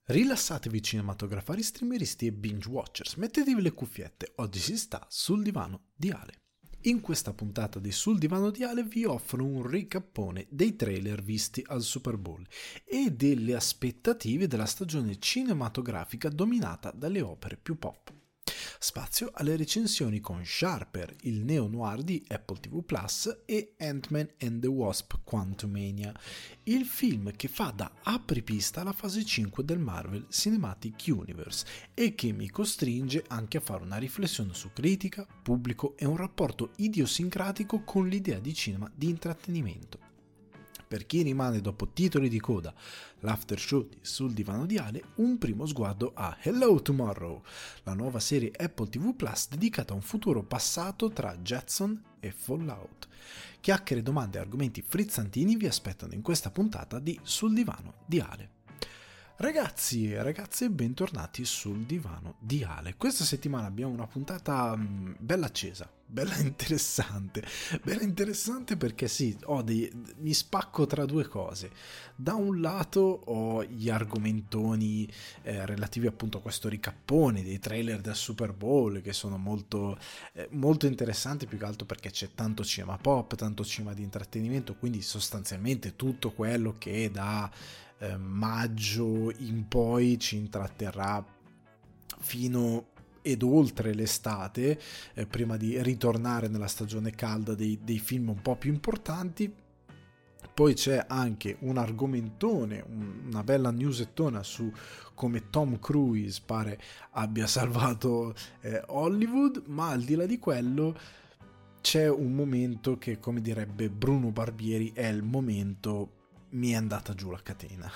Rilassatevi cinematografari, streameristi e binge watchers, mettetevi le cuffiette, oggi si sta sul divano di Ale. In questa puntata di Sul divano di Ale vi offro un ricappone dei trailer visti al Super Bowl e delle aspettative della stagione cinematografica dominata dalle opere più pop. Spazio alle recensioni con Sharper, il neo-noir di Apple TV Plus, e Ant-Man and the Wasp Quantumania, il film che fa da apripista alla fase 5 del Marvel Cinematic Universe e che mi costringe anche a fare una riflessione su critica, pubblico e un rapporto idiosincratico con l'idea di cinema di intrattenimento. Per chi rimane dopo titoli di coda, l'after show Sul divano di Ale, un primo sguardo a Hello Tomorrow, la nuova serie Apple TV Plus dedicata a un futuro passato tra Jetson e Fallout. Chiacchiere, domande e argomenti frizzantini vi aspettano in questa puntata di Sul divano di Ale. Ragazzi e ragazze, bentornati sul divano di Ale. Questa settimana abbiamo una puntata bella accesa, bella interessante perché sì, mi spacco tra due cose. Da un lato ho gli argomentoni relativi appunto a questo ricappone dei trailer del Super Bowl che sono molto interessanti, più che altro perché c'è tanto cinema pop, tanto cinema di intrattenimento, quindi sostanzialmente tutto quello che da maggio in poi ci intratterrà fino ed oltre l'estate, prima di ritornare nella stagione calda dei film un po' più importanti. Poi c'è anche un argomentone, una bella newsettona su come Tom Cruise pare abbia salvato Hollywood, ma al di là di quello c'è un momento che, come direbbe Bruno Barbieri, è il momento mi è andata giù la catena.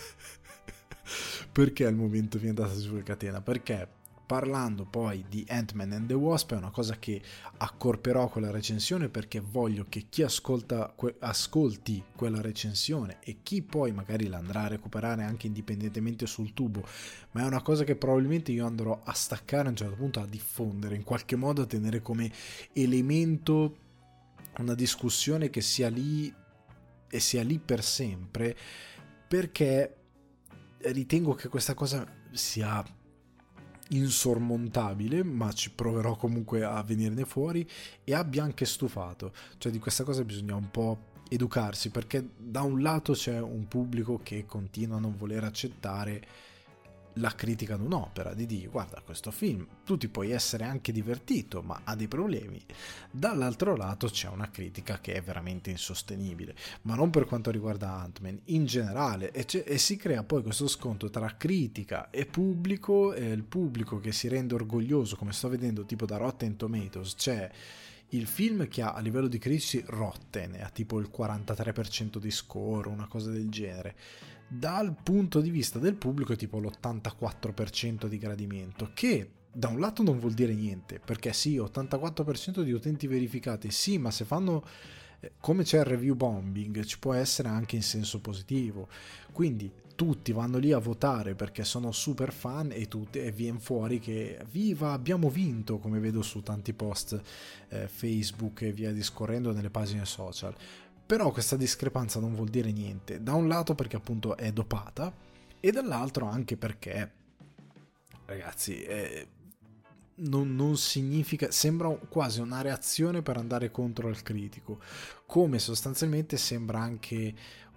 Perché al momento mi è andata giù la catena? Perché parlando poi di Ant-Man and the Wasp è una cosa che accorperò con la recensione, perché voglio che chi ascolti quella recensione e chi poi magari la andrà a recuperare anche indipendentemente sul tubo, ma è una cosa che probabilmente io andrò a staccare a un certo punto, a diffondere in qualche modo, a tenere come elemento una discussione che sia lì e sia lì per sempre, perché ritengo che questa cosa sia insormontabile, ma ci proverò comunque a venirne fuori, e abbia anche stufato. Cioè di questa cosa bisogna un po' educarsi, perché da un lato c'è un pubblico che continua a non voler accettare la critica ad un'opera, di dire guarda, questo film tu ti puoi essere anche divertito ma ha dei problemi. Dall'altro lato c'è una critica che è veramente insostenibile, ma non per quanto riguarda Ant-Man, in generale, e si crea poi questo scontro tra critica e il pubblico che si rende orgoglioso, come sto vedendo tipo da Rotten Tomatoes. C'è il film che ha a livello di critici Rotten, ha tipo il 43% di score, una cosa del genere. Dal punto di vista del pubblico è tipo l'84% di gradimento, che da un lato non vuol dire niente, perché sì, 84% di utenti verificati, sì, ma se fanno come c'è il review bombing ci può essere anche in senso positivo, quindi tutti vanno lì a votare perché sono super fan e viene fuori che viva, abbiamo vinto, come vedo su tanti post Facebook e via discorrendo nelle pagine social. Però questa discrepanza non vuol dire niente, da un lato perché appunto è dopata, e dall'altro anche perché, ragazzi, non significa, sembra quasi una reazione per andare contro il critico, come sostanzialmente sembra anche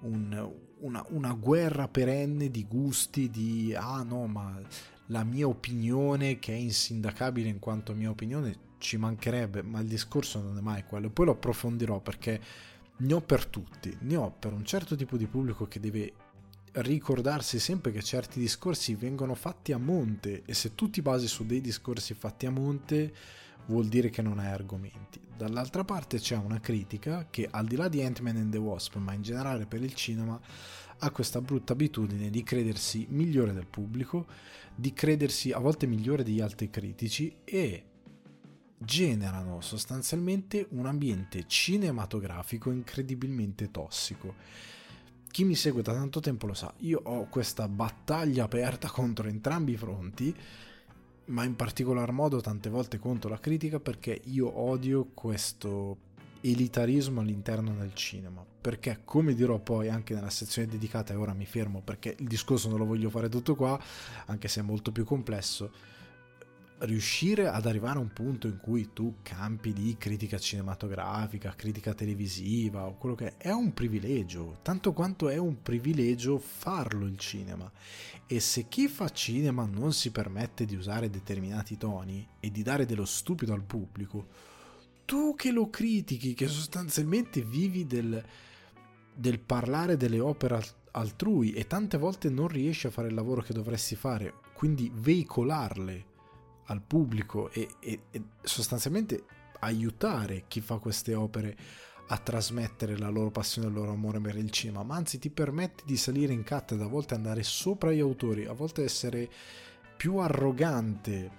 una guerra perenne di gusti, di no, ma la mia opinione, che è insindacabile in quanto mia opinione, ci mancherebbe, ma il discorso non è mai quello. Poi lo approfondirò, perché ne ho per tutti, ne ho per un certo tipo di pubblico che deve ricordarsi sempre che certi discorsi vengono fatti a monte, e se tu ti basi su dei discorsi fatti a monte vuol dire che non hai argomenti. Dall'altra parte c'è una critica che, al di là di Ant-Man and the Wasp, ma in generale per il cinema, ha questa brutta abitudine di credersi migliore del pubblico, di credersi a volte migliore degli altri critici, e generano sostanzialmente un ambiente cinematografico incredibilmente tossico. Chi mi segue da tanto tempo lo sa, io ho questa battaglia aperta contro entrambi i fronti, ma in particolar modo tante volte contro la critica, perché io odio questo elitarismo all'interno del cinema, perché come dirò poi anche nella sezione dedicata, e ora mi fermo perché il discorso non lo voglio fare tutto qua, anche se è molto più complesso, riuscire ad arrivare a un punto in cui tu campi di critica cinematografica, critica televisiva o quello che è un privilegio, tanto quanto è un privilegio farlo il cinema. E se chi fa cinema non si permette di usare determinati toni e di dare dello stupido al pubblico, tu che lo critichi, che sostanzialmente vivi del parlare delle opere altrui e tante volte non riesci a fare il lavoro che dovresti fare, quindi veicolarle al pubblico e sostanzialmente aiutare chi fa queste opere a trasmettere la loro passione e il loro amore per il cinema, ma anzi ti permette di salire in cattedra, a volte andare sopra gli autori, a volte essere più arrogante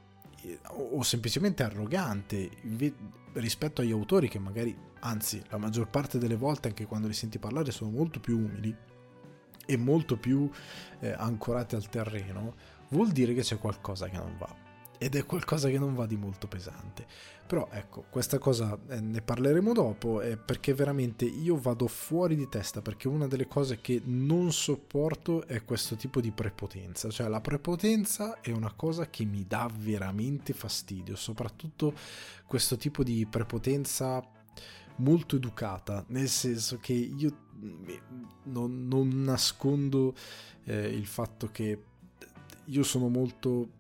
o semplicemente arrogante rispetto agli autori che magari, anzi la maggior parte delle volte anche quando li senti parlare sono molto più umili e molto più ancorati al terreno, vuol dire che c'è qualcosa che non va. Ed è qualcosa che non va di molto pesante. Però ecco, questa cosa ne parleremo dopo, perché veramente io vado fuori di testa, perché una delle cose che non sopporto è questo tipo di prepotenza. Cioè la prepotenza è una cosa che mi dà veramente fastidio, soprattutto questo tipo di prepotenza molto educata, nel senso che io non nascondo il fatto che io sono molto...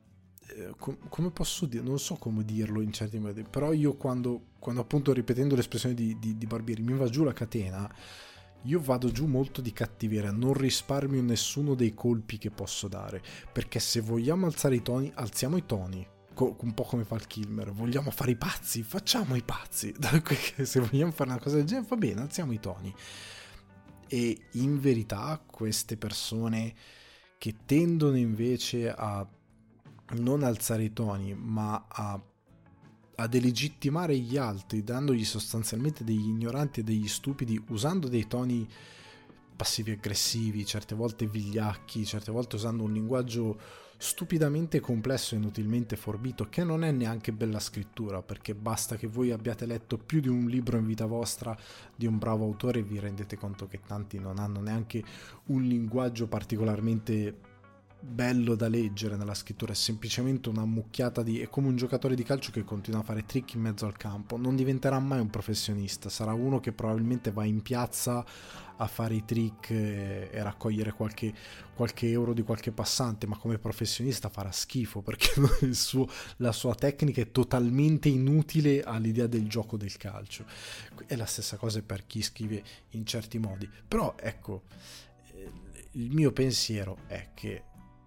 come posso dire, non so come dirlo in certi modi, però io quando appunto, ripetendo l'espressione di Barbieri, mi va giù la catena, io vado giù molto di cattiveria, non risparmio nessuno dei colpi che posso dare, perché se vogliamo alzare i toni, alziamo i toni, un po' come fa il Kilmer. Vogliamo fare i pazzi, facciamo i pazzi. Se vogliamo fare una cosa del genere, va bene, alziamo i toni. E in verità queste persone che tendono invece a non alzare i toni, ma a delegittimare gli altri, dandogli sostanzialmente degli ignoranti e degli stupidi, usando dei toni passivi aggressivi, certe volte vigliacchi, certe volte usando un linguaggio stupidamente complesso e inutilmente forbito, che non è neanche bella scrittura, perché basta che voi abbiate letto più di un libro in vita vostra di un bravo autore e vi rendete conto che tanti non hanno neanche un linguaggio particolarmente bello da leggere nella scrittura, è semplicemente una mucchiata di... è come un giocatore di calcio che continua a fare trick in mezzo al campo, non diventerà mai un professionista, sarà uno che probabilmente va in piazza a fare i trick e raccogliere qualche euro di qualche passante, ma come professionista farà schifo, perché la sua tecnica è totalmente inutile all'idea del gioco del calcio. È la stessa cosa per chi scrive in certi modi, però ecco, il mio pensiero è che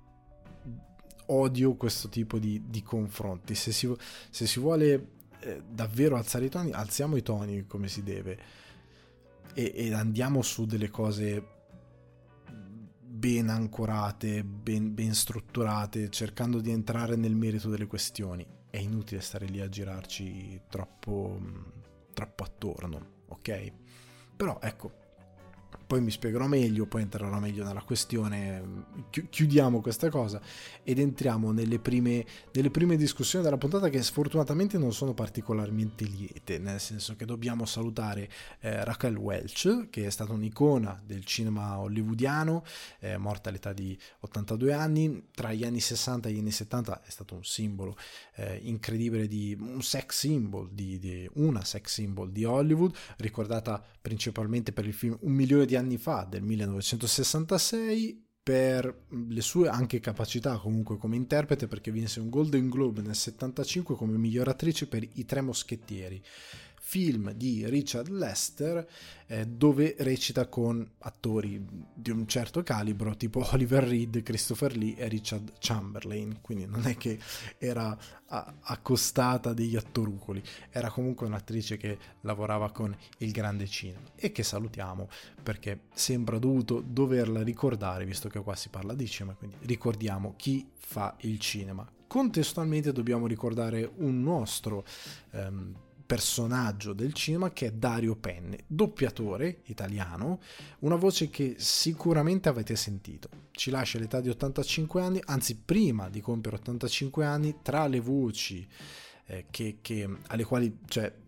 odio questo tipo di confronti. Se si vuole davvero alzare i toni, alziamo i toni come si deve e andiamo su delle cose ben ancorate, ben strutturate, cercando di entrare nel merito delle questioni. È inutile stare lì a girarci troppo attorno, ok? Però ecco, poi mi spiegherò meglio, poi entrerò meglio nella questione, chiudiamo questa cosa ed entriamo nelle prime discussioni della puntata, che sfortunatamente non sono particolarmente liete, nel senso che dobbiamo salutare Raquel Welch, che è stata un'icona del cinema hollywoodiano, morta all'età di 82 anni, tra gli anni 60 e gli anni 70 è stato un simbolo incredibile, una sex symbol di Hollywood, ricordata principalmente per il film Un milione di anni fa del 1966, per le sue anche capacità comunque come interprete, perché vinse un Golden Globe nel 75 come miglior attrice per I Tre Moschettieri, film di Richard Lester, dove recita con attori di un certo calibro tipo Oliver Reed, Christopher Lee e Richard Chamberlain, quindi non è che era accostata degli attorucoli, era comunque un'attrice che lavorava con il grande cinema e che salutiamo, perché sembra doverla ricordare, visto che qua si parla di cinema, quindi ricordiamo chi fa il cinema. Contestualmente dobbiamo ricordare un nostro personaggio del cinema, che è Dario Penne, doppiatore italiano, una voce che sicuramente avete sentito. Ci lascia all'età di 85 anni, anzi prima di compiere 85 anni, tra le voci alle quali, cioè,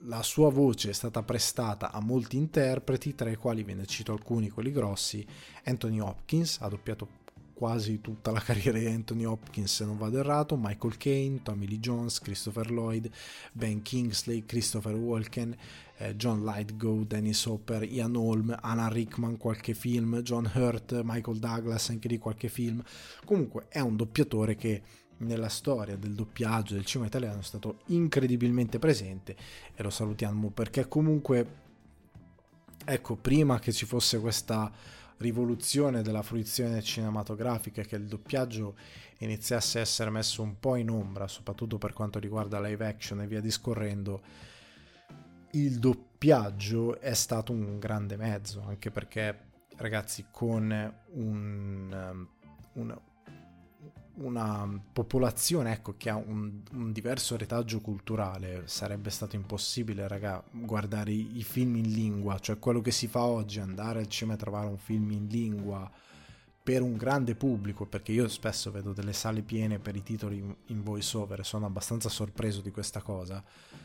la sua voce è stata prestata a molti interpreti, tra i quali ve ne cito alcuni, quelli grossi. Anthony Hopkins ha doppiato quasi tutta la carriera di Anthony Hopkins, se non vado errato, Michael Caine, Tommy Lee Jones, Christopher Lloyd, Ben Kingsley, Christopher Walken, John Lithgow, Dennis Hopper, Ian Holm, Alan Rickman, qualche film, John Hurt, Michael Douglas, anche di qualche film. Comunque è un doppiatore che nella storia del doppiaggio del cinema italiano è stato incredibilmente presente, e lo salutiamo perché comunque, ecco, prima che ci fosse questa rivoluzione della fruizione cinematografica e che il doppiaggio iniziasse a essere messo un po' in ombra, soprattutto per quanto riguarda live action e via discorrendo, il doppiaggio è stato un grande mezzo, anche perché, ragazzi, con una popolazione, ecco, che ha un diverso retaggio culturale, sarebbe stato impossibile, raga, guardare i film in lingua, cioè quello che si fa oggi, andare al cinema e trovare un film in lingua per un grande pubblico, perché io spesso vedo delle sale piene per i titoli in voice over e sono abbastanza sorpreso di questa cosa,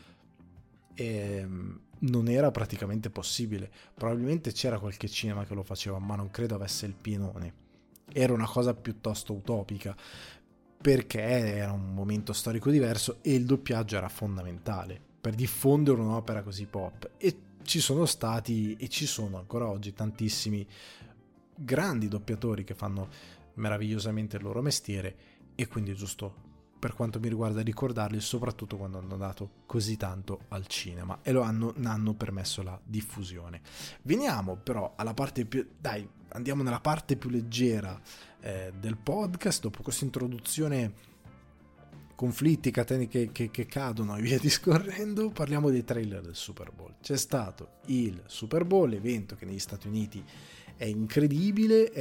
e non era praticamente possibile. Probabilmente c'era qualche cinema che lo faceva, ma non credo avesse il pienone. Era una cosa piuttosto utopica, perché era un momento storico diverso e il doppiaggio era fondamentale per diffondere un'opera così pop, e ci sono stati e ci sono ancora oggi tantissimi grandi doppiatori che fanno meravigliosamente il loro mestiere, e quindi è giusto, per quanto mi riguarda, ricordarli, soprattutto quando hanno dato così tanto al cinema e hanno permesso la diffusione. Veniamo però alla parte più... andiamo nella parte più leggera del podcast. Dopo questa introduzione, conflitti, catene che cadono e via discorrendo, parliamo dei trailer del Super Bowl. C'è stato il Super Bowl, evento che negli Stati Uniti è incredibile,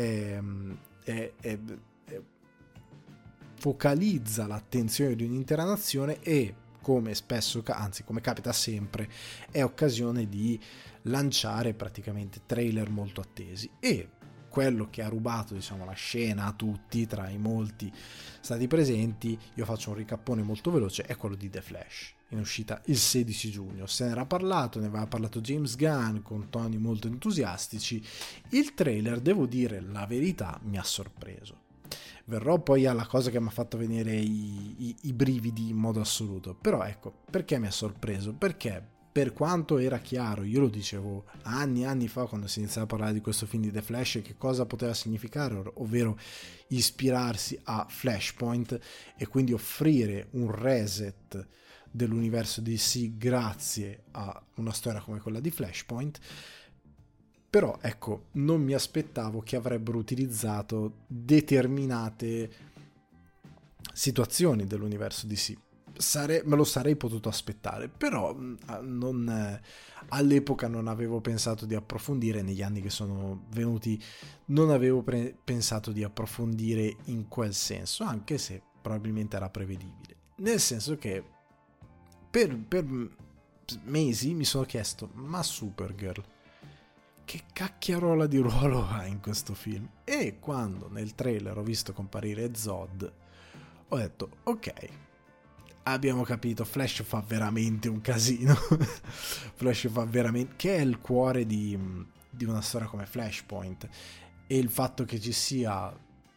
focalizza l'attenzione di un'intera nazione e, come spesso, anzi come capita sempre, è occasione di lanciare praticamente trailer molto attesi. E quello che ha rubato, diciamo, la scena a tutti, tra i molti stati presenti, io faccio un ricappone molto veloce, è quello di The Flash, in uscita il 16 giugno. Se ne era parlato, ne aveva parlato James Gunn con toni molto entusiastici. Il trailer, devo dire la verità, mi ha sorpreso. Verrò poi alla cosa che mi ha fatto venire i brividi in modo assoluto. Però ecco, perché mi ha sorpreso? Perché, per quanto era chiaro, io lo dicevo anni e anni fa quando si iniziava a parlare di questo film di The Flash, che cosa poteva significare, ovvero ispirarsi a Flashpoint e quindi offrire un reset dell'universo DC grazie a una storia come quella di Flashpoint. Però ecco, non mi aspettavo che avrebbero utilizzato determinate situazioni dell'universo DC. Me lo sarei potuto aspettare, però all'epoca non avevo pensato di approfondire, negli anni che sono venuti non avevo pensato di approfondire in quel senso, anche se probabilmente era prevedibile. Nel senso che per mesi mi sono chiesto, ma Supergirl che cacchiarola di ruolo ha in questo film? E quando nel trailer ho visto comparire Zod, ho detto, ok, abbiamo capito, Flash fa veramente un casino. Flash fa veramente... che è il cuore di una storia come Flashpoint. E il fatto che ci sia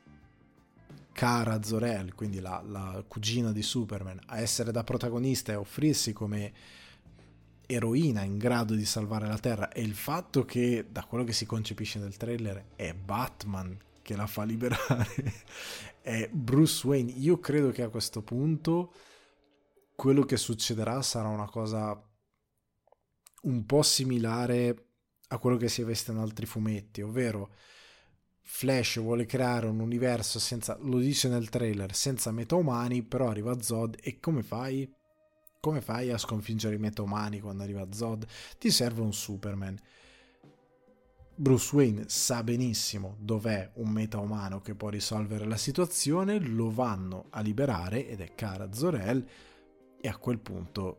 Kara Zor-El, quindi la cugina di Superman, a essere da protagonista e offrirsi come eroina in grado di salvare la Terra, e il fatto che, da quello che si concepisce nel trailer, è Batman che la fa liberare, è Bruce Wayne. Io credo che a questo punto quello che succederà sarà una cosa un po' similare a quello che si è visto in altri fumetti, ovvero Flash vuole creare un universo senza, lo dice nel trailer, senza metaumani, però arriva Zod e come fai? Come fai a sconfiggere i metaumani quando arriva Zod? Ti serve un Superman. Bruce Wayne sa benissimo dov'è un metaumano che può risolvere la situazione, lo vanno a liberare ed è Kara Zor-El, e a quel punto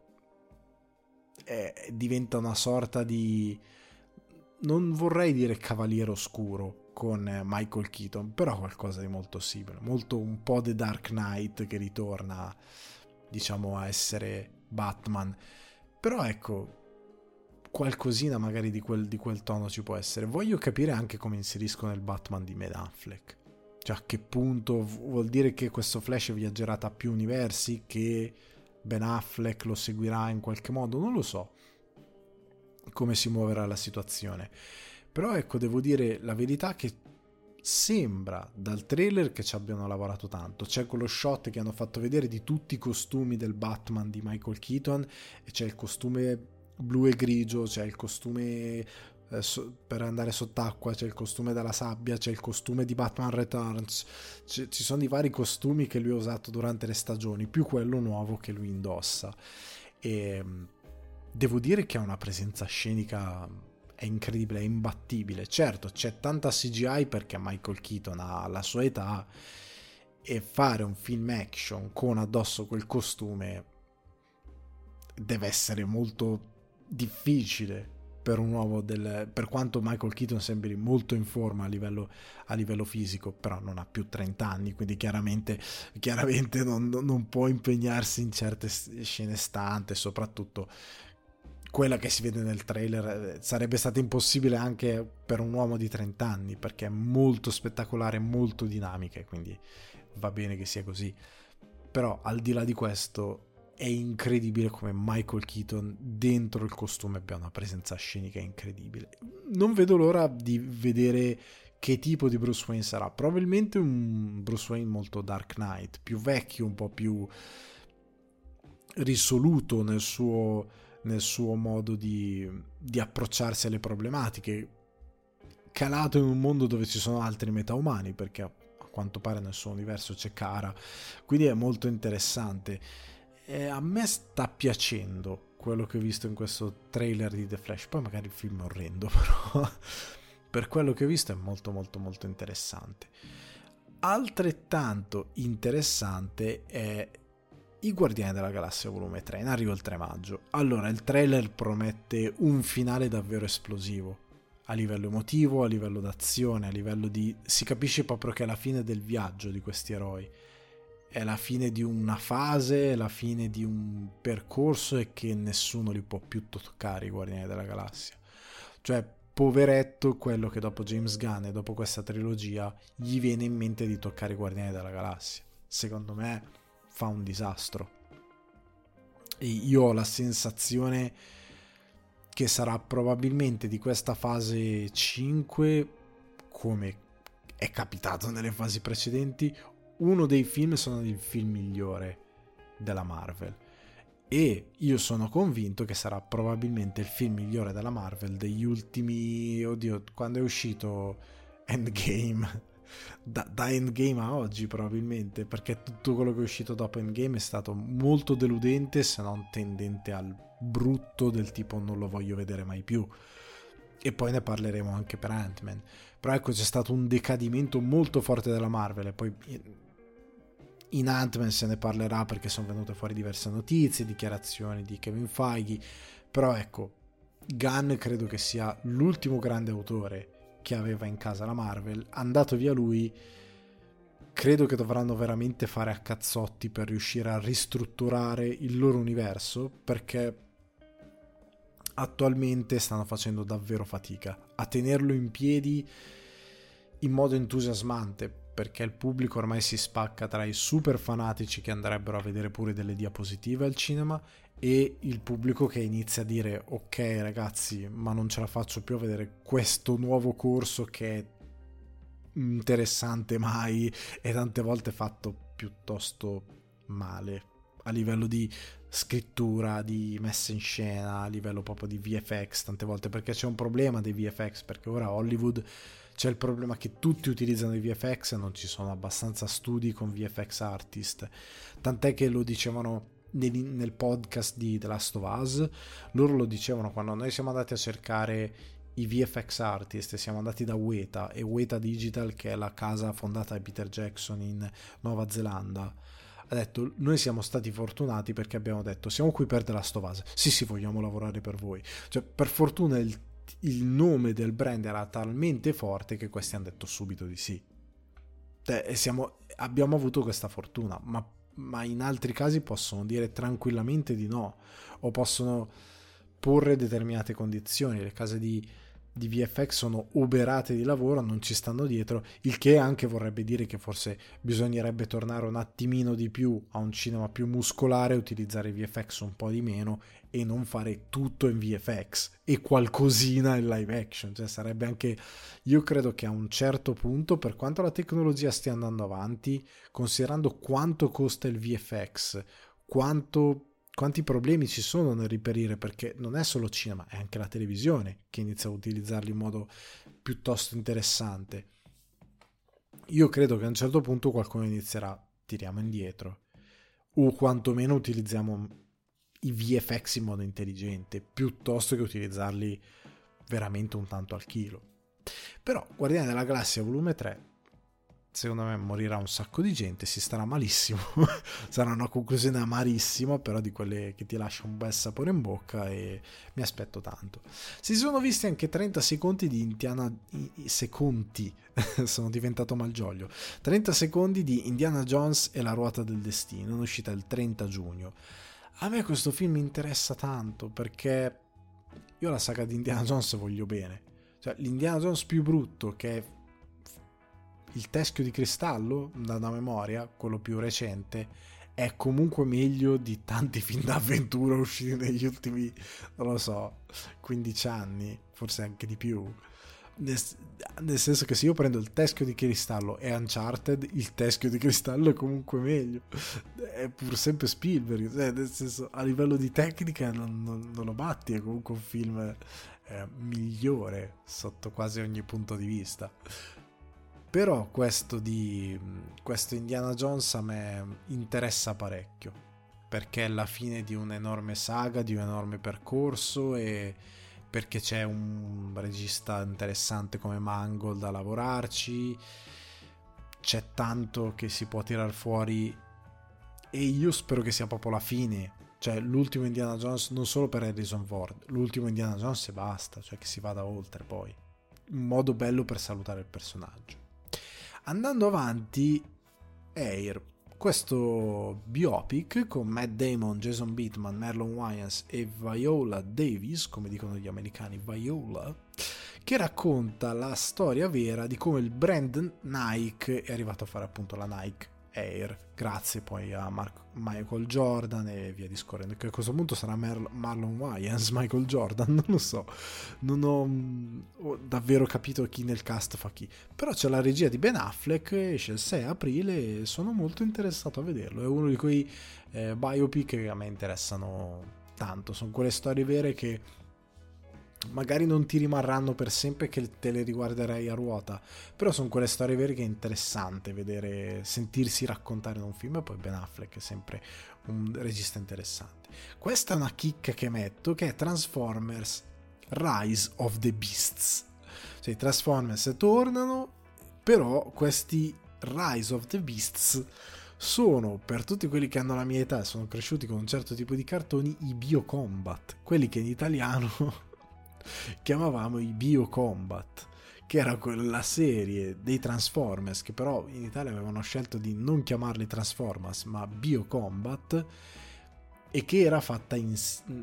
diventa una sorta di, non vorrei dire cavaliere oscuro con Michael Keaton, però qualcosa di molto simile, molto un po' The Dark Knight che ritorna, diciamo, a essere Batman. Però ecco, qualcosina magari di quel tono ci può essere. Voglio capire anche come inseriscono il Batman di Ben Affleck. Cioè, a che punto vuol dire che questo Flash viaggerà tra più universi, che Ben Affleck lo seguirà in qualche modo? Non lo so come si muoverà la situazione. Però ecco, devo dire la verità che sembra dal trailer che ci abbiano lavorato tanto. C'è quello shot che hanno fatto vedere di tutti i costumi del Batman di Michael Keaton, e c'è il costume blu e grigio, c'è il costume per andare sott'acqua, c'è il costume della sabbia, c'è il costume di Batman Returns, ci sono i vari costumi che lui ha usato durante le stagioni, più quello nuovo che lui indossa. E devo dire che ha una presenza scenica, è incredibile, è imbattibile. Certo, c'è tanta CGI perché Michael Keaton ha la sua età, e fare un film action con addosso quel costume deve essere molto difficile per un uomo per quanto Michael Keaton sembri molto in forma a livello fisico, però non ha più 30 anni, quindi chiaramente non può impegnarsi in certe scene stante, soprattutto quella che si vede nel trailer sarebbe stata impossibile anche per un uomo di 30 anni, perché è molto spettacolare, molto dinamica, e quindi va bene che sia così. Però al di là di questo è incredibile come Michael Keaton dentro il costume abbia una presenza scenica incredibile. Non vedo l'ora di vedere che tipo di Bruce Wayne sarà. Probabilmente un Bruce Wayne molto Dark Knight, più vecchio, un po' più risoluto nel suo modo di approcciarsi alle problematiche, calato in un mondo dove ci sono altri metaumani, perché a quanto pare nel suo universo c'è Kara, quindi è molto interessante. E a me sta piacendo quello che ho visto in questo trailer di The Flash. Poi magari il film è orrendo, però per quello che ho visto è molto molto molto interessante. Altrettanto interessante è I Guardiani della Galassia volume 3, in arrivo il 3 maggio. Allora, il trailer promette un finale davvero esplosivo, a livello emotivo, a livello d'azione, a livello di... si capisce proprio che è la fine del viaggio di questi eroi, è la fine di una fase, è la fine di un percorso, e che nessuno li può più toccare, i Guardiani della Galassia. Cioè, poveretto quello che dopo James Gunn e dopo questa trilogia gli viene in mente di toccare i Guardiani della Galassia. Secondo me fa un disastro. E io ho la sensazione che sarà probabilmente di questa fase 5, come è capitato nelle fasi precedenti, uno dei film sono il film migliore della Marvel, e io sono convinto che sarà probabilmente il film migliore della Marvel degli ultimi, oddio, quando è uscito Endgame, da Endgame a oggi probabilmente, perché tutto quello che è uscito dopo Endgame è stato molto deludente, se non tendente al brutto, del tipo non lo voglio vedere mai più. E poi ne parleremo anche per Ant-Man. Però ecco, c'è stato un decadimento molto forte della Marvel, e poi in Ant-Man se ne parlerà perché sono venute fuori diverse notizie, dichiarazioni di Kevin Feige. Però ecco, Gunn credo che sia l'ultimo grande autore che aveva in casa la Marvel. Andato via lui, credo che dovranno veramente fare a cazzotti per riuscire a ristrutturare il loro universo, perché attualmente stanno facendo davvero fatica a tenerlo in piedi in modo entusiasmante, perché il pubblico ormai si spacca tra i super fanatici che andrebbero a vedere pure delle diapositive al cinema e il pubblico che inizia a dire ok ragazzi, ma non ce la faccio più a vedere questo nuovo corso che è interessante mai e tante volte fatto piuttosto male a livello di scrittura, di messa in scena, a livello proprio di VFX tante volte, perché c'è un problema dei VFX, perché ora a Hollywood c'è il problema che tutti utilizzano i VFX e non ci sono abbastanza studi con VFX artist, tant'è che lo dicevano nel podcast di The Last of Us, loro lo dicevano quando noi siamo andati a cercare i VFX artist, siamo andati da Weta e Weta Digital, che è la casa fondata da Peter Jackson in Nuova Zelanda. Ha detto noi siamo stati fortunati perché abbiamo detto siamo qui per The Last of Us, sì vogliamo lavorare per voi, cioè per fortuna il nome del brand era talmente forte che questi hanno detto subito di sì, e abbiamo avuto questa fortuna, ma ma in altri casi possono dire tranquillamente di no, o possono porre determinate condizioni. Le case di VFX sono uberate di lavoro, non ci stanno dietro, il che anche vorrebbe dire che forse bisognerebbe tornare un attimino di più a un cinema più muscolare, utilizzare VFX un po' di meno e non fare tutto in VFX e qualcosina in live action. Cioè sarebbe anche, io credo che a un certo punto, per quanto la tecnologia stia andando avanti, considerando quanto costa il VFX, quanti problemi ci sono nel riperire, perché non è solo cinema, è anche la televisione che inizia a utilizzarli in modo piuttosto interessante. Io credo che a un certo punto qualcuno inizierà, tiriamo indietro, o quantomeno utilizziamo i VFX in modo intelligente, piuttosto che utilizzarli veramente un tanto al chilo. Però Guardiani della Galassia volume 3, secondo me morirà un sacco di gente, si starà malissimo, sarà una conclusione amarissima, però di quelle che ti lascia un bel sapore in bocca, e mi aspetto tanto. Si sono visti anche 30 secondi di sono diventato Malgioglio, 30 secondi di Indiana Jones e la ruota del destino, in uscita il 30 giugno. A me questo film interessa tanto, perché io la saga di Indiana Jones voglio bene, cioè l'Indiana Jones più brutto, che è il Teschio di Cristallo, da memoria, quello più recente, è comunque meglio di tanti film d'avventura usciti negli ultimi, non lo so, 15 anni, forse anche di più. Nel senso che se io prendo il Teschio di Cristallo e Uncharted, il Teschio di Cristallo è comunque meglio, è pur sempre Spielberg, nel senso, a livello di tecnica non lo batti, è comunque un film migliore sotto quasi ogni punto di vista. Però questo Indiana Jones a me interessa parecchio, perché è la fine di un'enorme saga, di un enorme percorso, e perché c'è un regista interessante come Mangold da lavorarci, c'è tanto che si può tirar fuori, e io spero che sia proprio la fine, cioè l'ultimo Indiana Jones, non solo per Harrison Ford, l'ultimo Indiana Jones e basta, cioè che si vada oltre poi, un modo bello per salutare il personaggio. Andando avanti, Air, questo biopic con Matt Damon, Jason Bateman, Marlon Wayans e Viola Davis, come dicono gli americani, Viola, che racconta la storia vera di come il brand Nike è arrivato a fare appunto la Nike Air, grazie poi a Michael Jordan e via discorrendo, che a questo punto sarà Marlon Wayans, Michael Jordan, non lo so, non ho davvero capito chi nel cast fa chi, però c'è la regia di Ben Affleck, esce il 6 aprile e sono molto interessato a vederlo. È uno di quei biopic che a me interessano tanto, sono quelle storie vere che magari non ti rimarranno per sempre, che te le riguarderai a ruota, però sono quelle storie vere che è interessante vedere, sentirsi raccontare in un film. E poi Ben Affleck è sempre un regista interessante. Questa è una chicca che metto, che è Transformers Rise of the Beasts, cioè i Transformers tornano, però questi Rise of the Beasts sono, per tutti quelli che hanno la mia età e sono cresciuti con un certo tipo di cartoni, i Biocombat, quelli che in italiano chiamavamo i Biocombat, che era quella serie dei Transformers, che però in Italia avevano scelto di non chiamarli Transformers ma Biocombat, e che era fatta in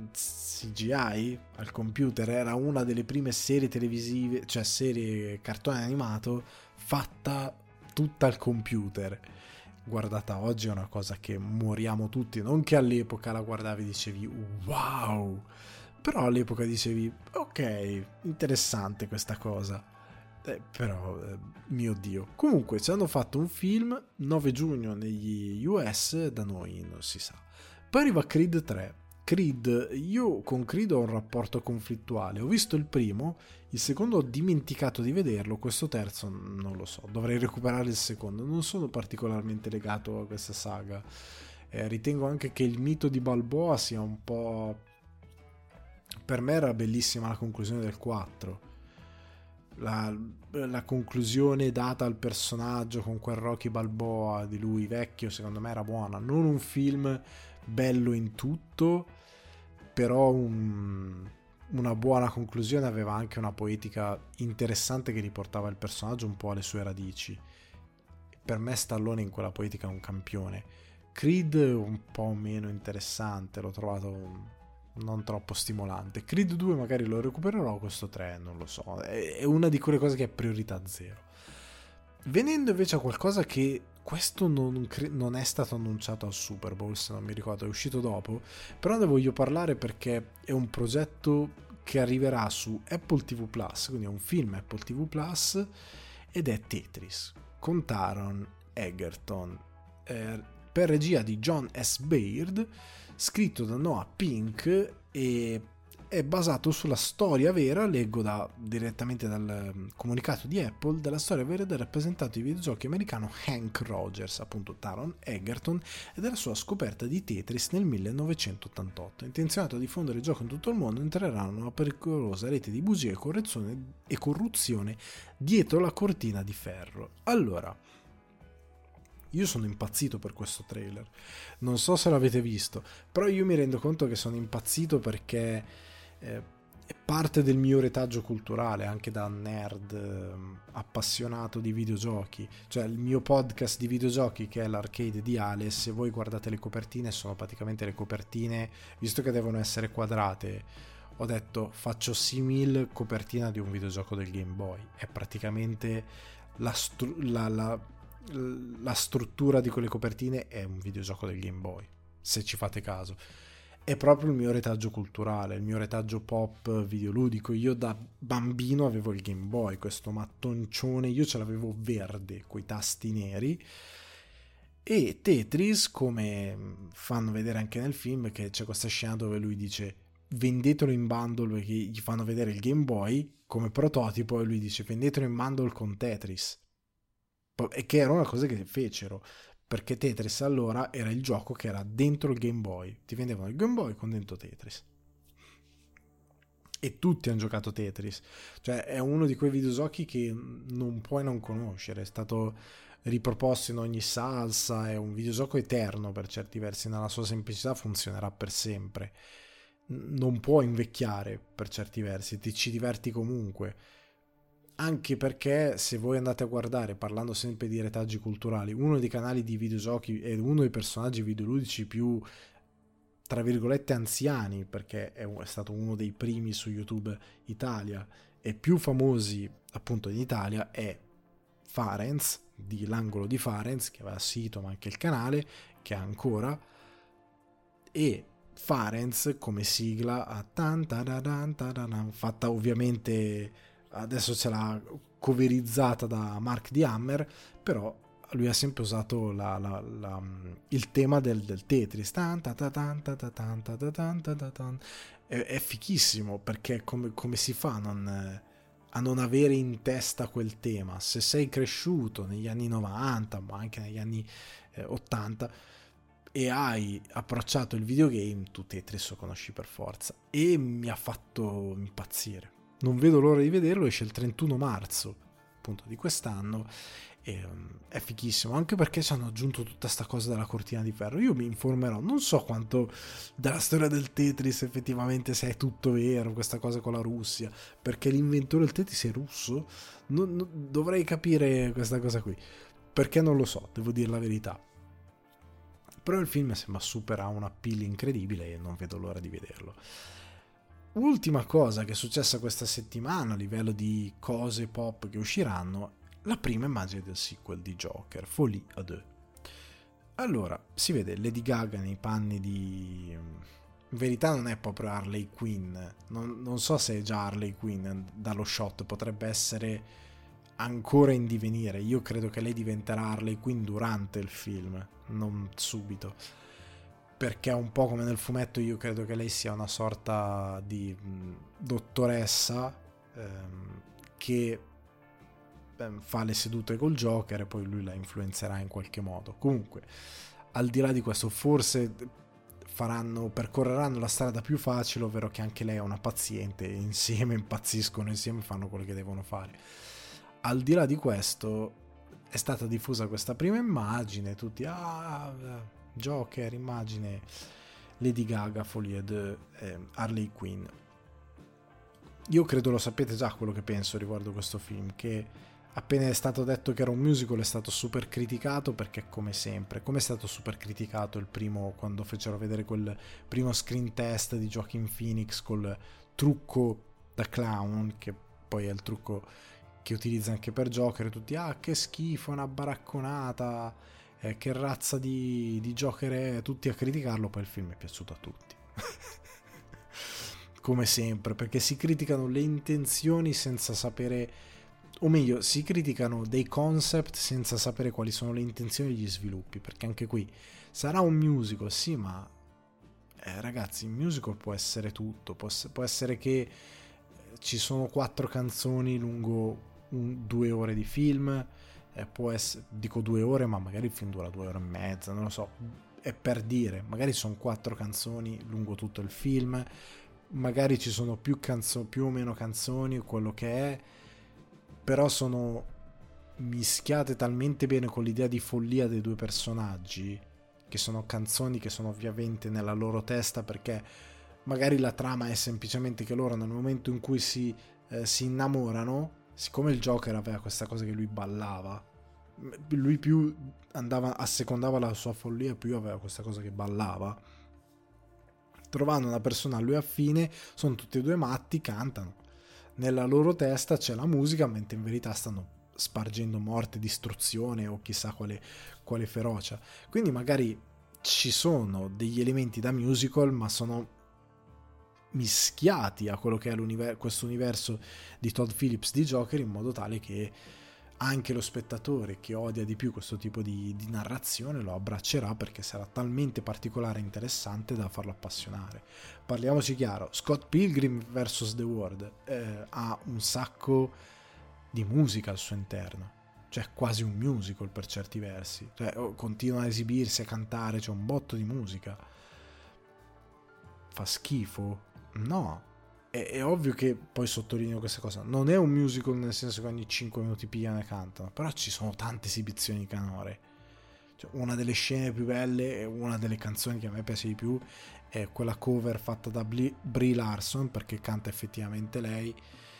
CGI al computer. Era una delle prime serie televisive, cioè serie cartone animato fatta tutta al computer. Guardata oggi è una cosa che moriamo tutti, non che all'epoca la guardavi e dicevi wow, però all'epoca dicevi ok, interessante questa cosa, però mio dio. Comunque ci hanno fatto un film 9 giugno negli US, da noi non si sa. Poi arriva Creed 3. Creed, io con Creed ho un rapporto conflittuale, ho visto il primo, il secondo ho dimenticato di vederlo, questo terzo non lo so, dovrei recuperare il secondo. Non sono particolarmente legato a questa saga, ritengo anche che il mito di Balboa sia un po', per me era bellissima la conclusione del 4, la conclusione data al personaggio con quel Rocky Balboa di lui vecchio, secondo me era buona. Non un film bello in tutto, però una buona conclusione, aveva anche una poetica interessante che riportava il personaggio un po' alle sue radici. Per me Stallone in quella poetica è un campione. Creed un po' meno interessante, l'ho trovato non troppo stimolante. Creed 2 magari lo recupererò, questo 3 non lo so, è una di quelle cose che è priorità zero. Venendo invece a qualcosa che questo non è stato annunciato al Super Bowl, se non mi ricordo, è uscito dopo, però ne voglio parlare perché è un progetto che arriverà su Apple TV Plus, quindi è un film Apple TV Plus, ed è Tetris, con Taron Egerton, per regia di John S. Baird, scritto da Noah Pink, e è basato sulla storia vera, leggo direttamente dal comunicato di Apple, della storia vera del rappresentante di videogiochi americano Hank Rogers, appunto Taron Egerton, e della sua scoperta di Tetris nel 1988. Intenzionato a diffondere il gioco in tutto il mondo, entreranno una pericolosa rete di bugie e corruzione dietro la cortina di ferro. Allora, io sono impazzito per questo trailer, non so se l'avete visto, però io mi rendo conto che sono impazzito perché è parte del mio retaggio culturale, anche da nerd appassionato di videogiochi. Cioè il mio podcast di videogiochi, che è l'Arcade di Ale, se voi guardate le copertine, sono praticamente le copertine, visto che devono essere quadrate, ho detto faccio simil copertina di un videogioco del Game Boy. È praticamente la struttura di quelle copertine è un videogioco del Game Boy, se ci fate caso. È proprio il mio retaggio culturale, il mio retaggio pop videoludico. Io da bambino avevo il Game Boy, questo mattoncione, io ce l'avevo verde, coi tasti neri, e Tetris, come fanno vedere anche nel film, che c'è questa scena dove lui dice vendetelo in bundle, perché gli fanno vedere il Game Boy come prototipo, e lui dice vendetelo in bundle con Tetris, e che era una cosa che fecero, perché Tetris allora era il gioco che era dentro il Game Boy, ti vendevano il Game Boy con dentro Tetris, e tutti hanno giocato Tetris. Cioè è uno di quei videogiochi che non puoi non conoscere, è stato riproposto in ogni salsa, è un videogioco eterno per certi versi, nella sua semplicità funzionerà per sempre, non può invecchiare per certi versi, ti ci diverti comunque. Anche perché, se voi andate a guardare, parlando sempre di retaggi culturali, uno dei canali di videogiochi è uno dei personaggi videoludici più, tra virgolette, anziani, perché è stato uno dei primi su YouTube Italia e più famosi appunto in Italia, è Farenz, di l'angolo di Farenz, che aveva il sito ma anche il canale, che ha ancora, e Farenz come sigla a fatta ovviamente, adesso ce l'ha coverizzata da Mark di Hammer, però lui ha sempre usato il tema del Tetris, è fichissimo, perché come si fa a non avere in testa quel tema? Se sei cresciuto negli anni 90 ma anche negli anni 80 e hai approcciato il videogame, tu Tetris lo conosci per forza, e mi ha fatto impazzire. Non vedo l'ora di vederlo, esce il 31 marzo appunto di quest'anno, e è fichissimo, anche perché ci hanno aggiunto tutta sta cosa della cortina di ferro. Io mi informerò, non so quanto della storia del Tetris effettivamente, se è tutto vero, questa cosa con la Russia, perché l'inventore del Tetris è russo. Dovrei capire questa cosa qui, perché non lo so, devo dire la verità. Però il film sembra super, ha un appeal incredibile e non vedo l'ora di vederlo. Ultima cosa che è successa questa settimana a livello di cose pop che usciranno, la prima immagine del sequel di Joker, Folie à Deux. Allora, si vede Lady Gaga nei panni di... In verità non è proprio Harley Quinn, non so se è già Harley Quinn dallo shot, potrebbe essere ancora in divenire. Io credo che lei diventerà Harley Quinn durante il film, non subito, perché è un po' come nel fumetto. Io credo che lei sia una sorta di dottoressa che fa le sedute col Joker e poi lui la influenzerà in qualche modo. Comunque, al di là di questo, forse percorreranno la strada più facile, ovvero che anche lei è una paziente e insieme impazziscono, insieme fanno quello che devono fare. Al di là di questo, è stata diffusa questa prima immagine, tutti Joker, immagine Lady Gaga, Folie à Deux, Harley Quinn. Io credo lo sapete già quello che penso riguardo questo film, che appena è stato detto che era un musical è stato super criticato, perché come sempre, come è stato super criticato il primo, quando fecero vedere quel primo screen test di Joaquin Phoenix col trucco da clown, che poi è il trucco che utilizza anche per Joker, e tutti che schifo, una baracconata, che razza di Joker è, tutti a criticarlo, poi il film è piaciuto a tutti. Come sempre, perché si criticano le intenzioni senza sapere, o meglio, si criticano dei concept senza sapere quali sono le intenzioni degli sviluppi, perché anche qui sarà un musical, sì, ma ragazzi, il musical può essere tutto, può essere che ci sono 4 canzoni lungo 2 ore di film, può essere, dico 2 ore, ma magari il film dura 2 ore e mezza, non lo so, è per dire, magari sono 4 canzoni lungo tutto il film, magari ci sono più o meno canzoni, quello che è, però sono mischiate talmente bene con l'idea di follia dei 2 personaggi, che sono canzoni che sono ovviamente nella loro testa, perché magari la trama è semplicemente che loro nel momento in cui si innamorano, siccome il Joker aveva questa cosa che lui ballava, lui più assecondava la sua follia, più aveva questa cosa che ballava, trovando una persona a lui affine, sono tutti e 2 matti, cantano, nella loro testa c'è la musica, mentre in verità stanno spargendo morte, distruzione o chissà quale ferocia. Quindi magari ci sono degli elementi da musical, ma sono mischiati a quello che è questo universo di Todd Phillips di Joker, in modo tale che anche lo spettatore che odia di più questo tipo di narrazione lo abbraccerà, perché sarà talmente particolare e interessante da farlo appassionare. Parliamoci chiaro, Scott Pilgrim vs. The World ha un sacco di musica al suo interno, cioè quasi un musical per certi versi, cioè, continua a esibirsi, a cantare, c'è un botto di musica. Fa schifo? No, è ovvio che poi sottolineo questa cosa, non è un musical nel senso che ogni 5 minuti pigliano e cantano, però ci sono tante esibizioni canore, cioè, una delle scene più belle e una delle canzoni che a me piace di più è quella cover fatta da Brie Larson, perché canta effettivamente lei,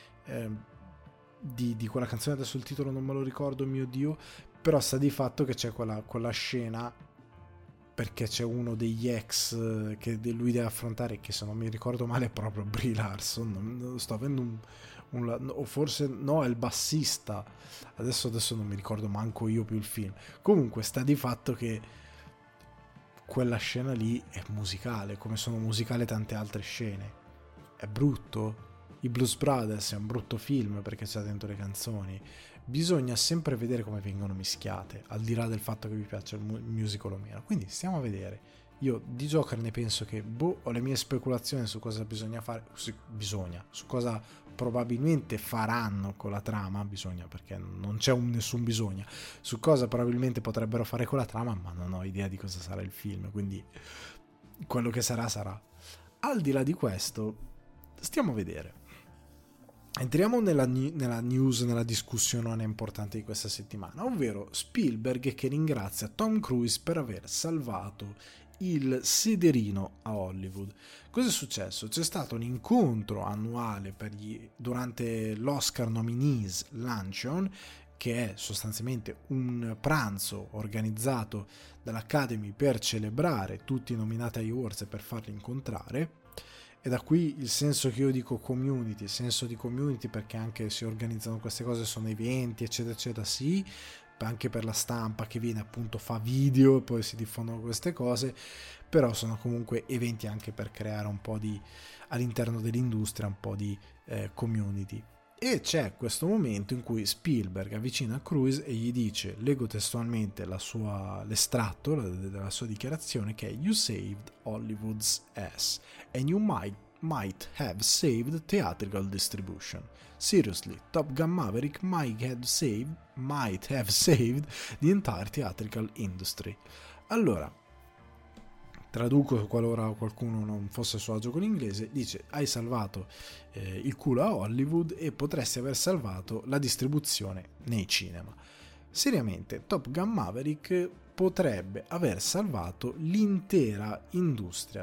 di quella canzone, adesso il titolo non me lo ricordo, mio Dio, però sta di fatto che c'è quella scena, perché c'è uno degli ex che lui deve affrontare, che se non mi ricordo male è proprio Brie Larson, non sto avendo o forse no, è il bassista, adesso non mi ricordo manco io più il film. Comunque sta di fatto che quella scena lì è musicale, come sono musicali tante altre scene. È brutto, i Blues Brothers è un brutto film perché c'ha dentro le canzoni. Bisogna sempre vedere come vengono mischiate, al di là del fatto che vi piaccia il musical o meno. Quindi stiamo a vedere. Io di Joker ne penso che ho le mie speculazioni su cosa bisogna fare, su cosa probabilmente faranno con la trama, perché non c'è nessun bisogno, su cosa probabilmente potrebbero fare con la trama, ma non ho idea di cosa sarà il film, quindi quello che sarà sarà. Al di là di questo, stiamo a vedere. Entriamo nella news, nella discussione importante di questa settimana, ovvero Spielberg che ringrazia Tom Cruise per aver salvato il sederino a Hollywood. Cosa è successo? C'è stato un incontro annuale durante l'Oscar Nominees Luncheon, che è sostanzialmente un pranzo organizzato dall'Academy per celebrare tutti i nominati agli awards e per farli incontrare. E da qui il senso che io dico community, senso di community, perché anche si organizzano queste cose, sono eventi eccetera eccetera, sì, anche per la stampa che viene appunto, fa video e poi si diffondono queste cose, però sono comunque eventi anche per creare un po' di, all'interno dell'industria, un po' di community. E c'è questo momento in cui Spielberg avvicina a Cruise e gli dice, leggo testualmente l'estratto della sua dichiarazione, che è "You saved Hollywood's ass and you might have saved theatrical distribution. Seriously, Top Gun Maverick might have saved the entire theatrical industry". Allora, traduco qualora qualcuno non fosse a suo agio con l'inglese, dice: hai salvato il culo a Hollywood e potresti aver salvato la distribuzione nei cinema. Seriamente, Top Gun Maverick potrebbe aver salvato l'intera industria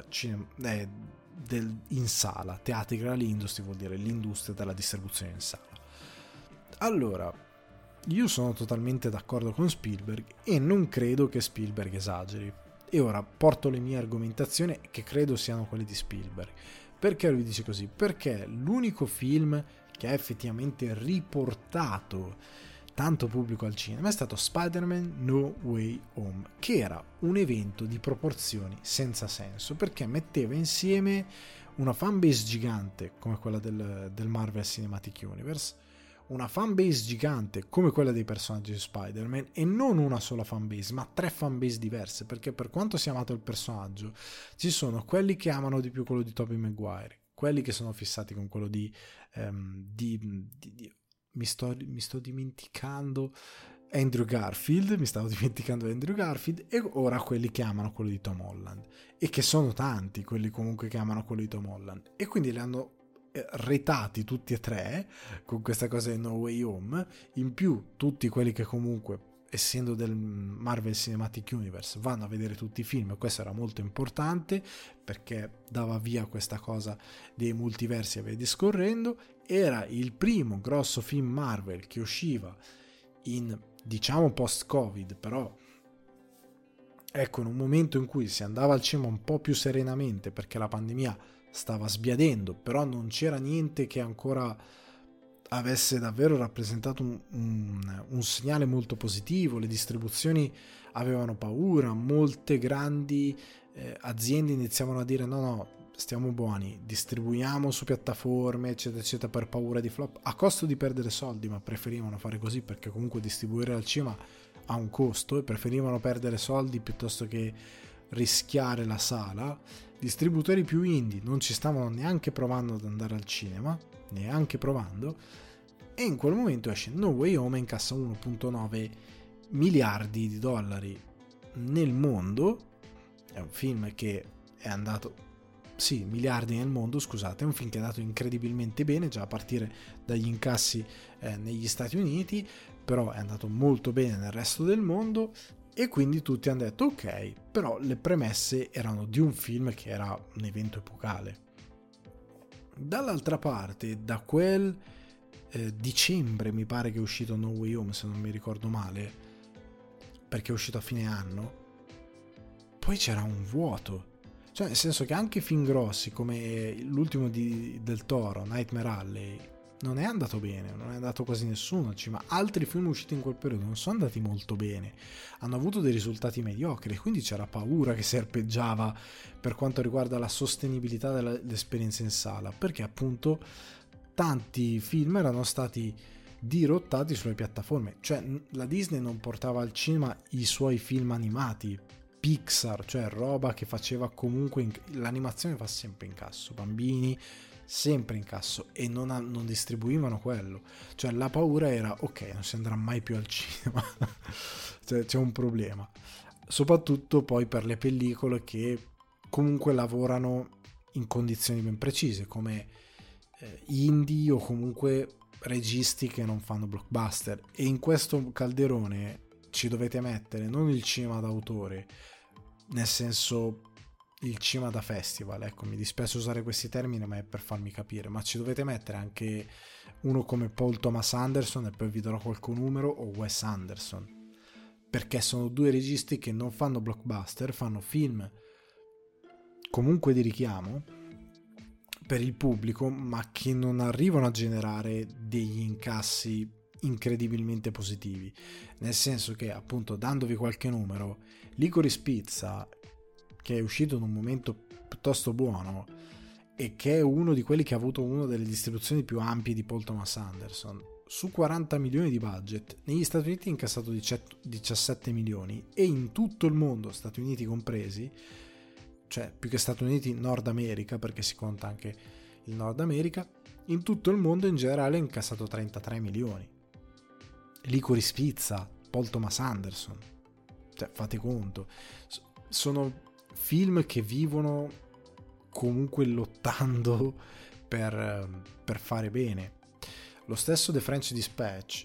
in sala. Theatrical industry vuol dire l'industria della distribuzione in sala. Allora, io sono totalmente d'accordo con Spielberg e non credo che Spielberg esageri. E ora porto le mie argomentazioni che credo siano quelle di Spielberg. Perché lui dice così? Perché l'unico film che ha effettivamente riportato tanto pubblico al cinema è stato Spider-Man No Way Home, che era un evento di proporzioni senza senso, perché metteva insieme una fanbase gigante come quella del Marvel Cinematic Universe, una fanbase gigante come quella dei personaggi di Spider-Man, e non una sola fanbase, ma 3 fanbase diverse, perché per quanto sia amato il personaggio, ci sono quelli che amano di più quello di Tobey Maguire, quelli che sono fissati con quello mi sto dimenticando mi stavo dimenticando Andrew Garfield, e ora quelli che amano quello di Tom Holland, e che sono tanti quelli comunque che amano quello di Tom Holland, e quindi li hanno retati tutti e 3 con questa cosa di No Way Home. In più tutti quelli che comunque, essendo del Marvel Cinematic Universe, vanno a vedere tutti i film, e questo era molto importante perché dava via questa cosa dei multiversi e via discorrendo. Era il primo grosso film Marvel che usciva in, diciamo, post-Covid, però ecco, in un momento in cui si andava al cinema un po' più serenamente perché la pandemia stava sbiadendo, però non c'era niente che ancora avesse davvero rappresentato un segnale molto positivo. Le distribuzioni avevano paura, molte grandi aziende iniziavano a dire no, stiamo buoni, distribuiamo su piattaforme eccetera eccetera, per paura di flop, a costo di perdere soldi, ma preferivano fare così perché comunque distribuire al cinema ha un costo, e preferivano perdere soldi piuttosto che rischiare la sala. Distributori più indie non ci stavano neanche provando ad andare al cinema, neanche provando, e in quel momento esce No Way Home e incassa 1,9 miliardi di dollari nel mondo. È un film che è andato, sì, miliardi nel mondo, scusate, è un film che è andato incredibilmente bene già a partire dagli incassi negli Stati Uniti, però è andato molto bene nel resto del mondo. E quindi tutti hanno detto ok, però le premesse erano di un film che era un evento epocale. Dall'altra parte, da quel dicembre mi pare che è uscito No Way Home, se non mi ricordo male, perché è uscito a fine anno, poi c'era un vuoto. Cioè, nel senso che anche film grossi come l'ultimo del Toro, Nightmare Alley, non è andato bene, non è andato quasi nessuno, ma altri film usciti in quel periodo non sono andati molto bene, hanno avuto dei risultati mediocri, quindi c'era paura che serpeggiava per quanto riguarda la sostenibilità dell'esperienza in sala, perché appunto tanti film erano stati dirottati sulle piattaforme. Cioè la Disney non portava al cinema i suoi film animati, Pixar, cioè roba che faceva comunque l'animazione fa sempre incasso, bambini sempre incasso, e non distribuivano quello. Cioè la paura era ok, non si andrà mai più al cinema. Cioè, c'è un problema, soprattutto poi per le pellicole che comunque lavorano in condizioni ben precise, come indie o comunque registi che non fanno blockbuster, e in questo calderone ci dovete mettere non il cinema d'autore, nel senso il cinema da festival, ecco, mi dispiace usare questi termini ma è per farmi capire, ma ci dovete mettere anche uno come Paul Thomas Anderson, e poi vi darò qualche numero, o Wes Anderson, perché sono due registi che non fanno blockbuster, fanno film comunque di richiamo per il pubblico, ma che non arrivano a generare degli incassi incredibilmente positivi, nel senso che, appunto, dandovi qualche numero, Licorice Pizza, che è uscito in un momento piuttosto buono e che è uno di quelli che ha avuto una delle distribuzioni più ampie di Paul Thomas Anderson, su 40 milioni di budget, negli Stati Uniti ha incassato 17 milioni, e in tutto il mondo, Stati Uniti compresi, cioè più che Stati Uniti, Nord America, perché si conta anche il Nord America, in tutto il mondo in generale ha incassato 33 milioni. Licorice Pizza, Paul Thomas Anderson, cioè fate conto, sono film che vivono comunque lottando per fare bene. Lo stesso The French Dispatch,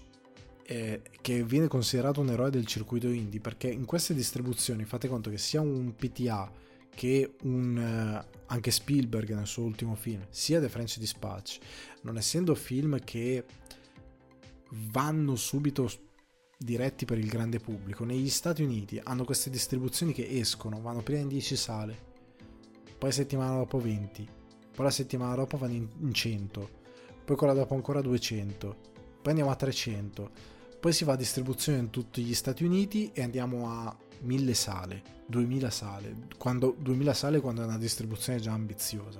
che viene considerato un eroe del circuito indie, perché in queste distribuzioni fate conto che sia un PTA che anche Spielberg nel suo ultimo film, sia The French Dispatch, non essendo film che vanno subito diretti per il grande pubblico, negli Stati Uniti hanno queste distribuzioni che escono, vanno prima in 10 sale, poi la settimana dopo 20, poi la settimana dopo vanno in 100, poi quella dopo ancora 200, poi andiamo a 300, poi si va a distribuzione in tutti gli Stati Uniti e andiamo a 1000 sale, 2000 sale, 2000 sale quando è una distribuzione già ambiziosa.